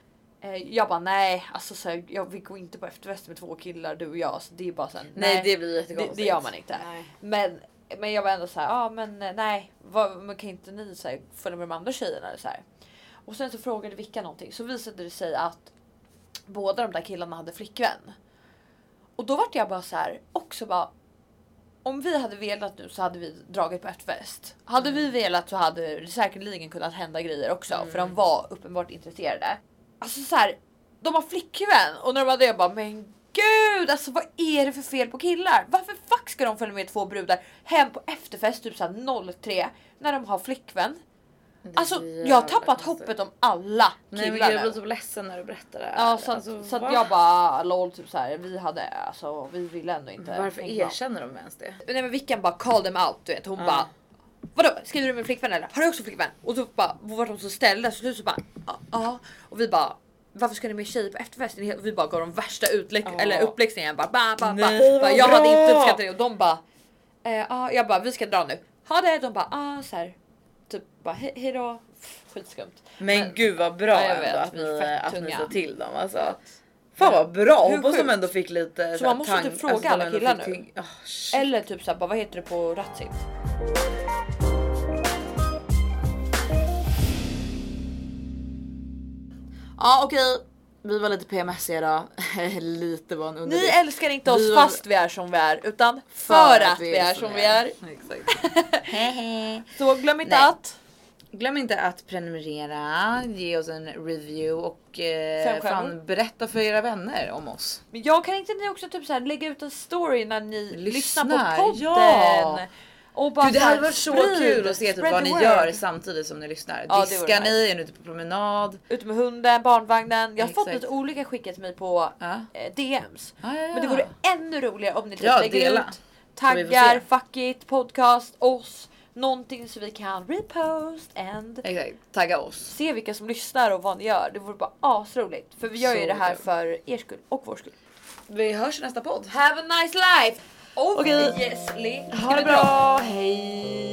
Jag bara nej, alltså så här, vi går inte på efterfest med 2 killar du och jag, så det är bara så här, nej det blir jättekonstigt. Det gör man inte. Men jag var ändå så här, men nej, man kan inte ni så här, följa med de andra tjejerna eller så här. Och sen så frågade Vicka någonting, så visade det sig att båda de där killarna hade flickvän. Och då vart jag bara så här, också bara, om vi hade velat nu så hade vi dragit på efterfest. Hade vi velat så hade det säkerligen kunnat hända grejer också, för de var uppenbart intresserade. Alltså så här, de har flickvän och när de var det jag bara, men gud, alltså vad är det för fel på killar? Varför fuck ska de följa med 2 brudar hem på efterfest typ så här 03 när de har flickvän? Alltså jag har tappat hoppet om alla killar. Nej men jag blir så ledsen när du berättar det här. Ja, så att jag bara lol typ så här, vi ville ändå inte. Varför erkänner de ens det? Nej men Vickan bara call them out, du vet. Hon bara, vadå, skriver du med flickvän eller? Har du också flickvän? Och så bara, var de så ställda så bara, ja. Och vi bara, varför ska ni med tjejer på efterfesten? Och vi bara gav de värsta uppläxningen. Bara, jag hade inte uppskattat det. Och de bara, jag bara, vi ska dra nu. Ha det, de bara, så här. Typ bara, hejdå. Skitskumt. Men gud vad bra ändå att ni sa till dem alltså. Fan vad bra, hoppas de ändå fick lite så man måste typ fråga alla killar nu. Eller typ såhär, vad heter det på Ratsit? Ja okej, vi var lite PMSiga då. Lite var en underlig. Ni älskar inte oss fast vi är som vi är, utan för att vi är som vi är. Exakt. Så glöm inte att prenumerera, ge oss en review och berätta för era vänner om oss. Men jag kan inte ni också typ så här lägga ut en story när ni lyssnar på podden. Ja. Och bara det hade varit så kul att se typ vad ni gör samtidigt som ni lyssnar. Ja, diskar ni, är ni ute på promenad? Ute med hunden, barnvagnen. Jag har fått lite olika skickat till mig på DMs. Men det vore ännu roligare om ni typ lägger ut taggar, fuck it, podcast, oss. Någonting så vi kan repost and tagga oss. Se vilka som lyssnar och vad ni gör. Det vore bara asroligt. För vi gör ju det här för er skull och vår skull. Vi hörs i nästa podd. Have a nice life! Obviously. Ha det bra, hej!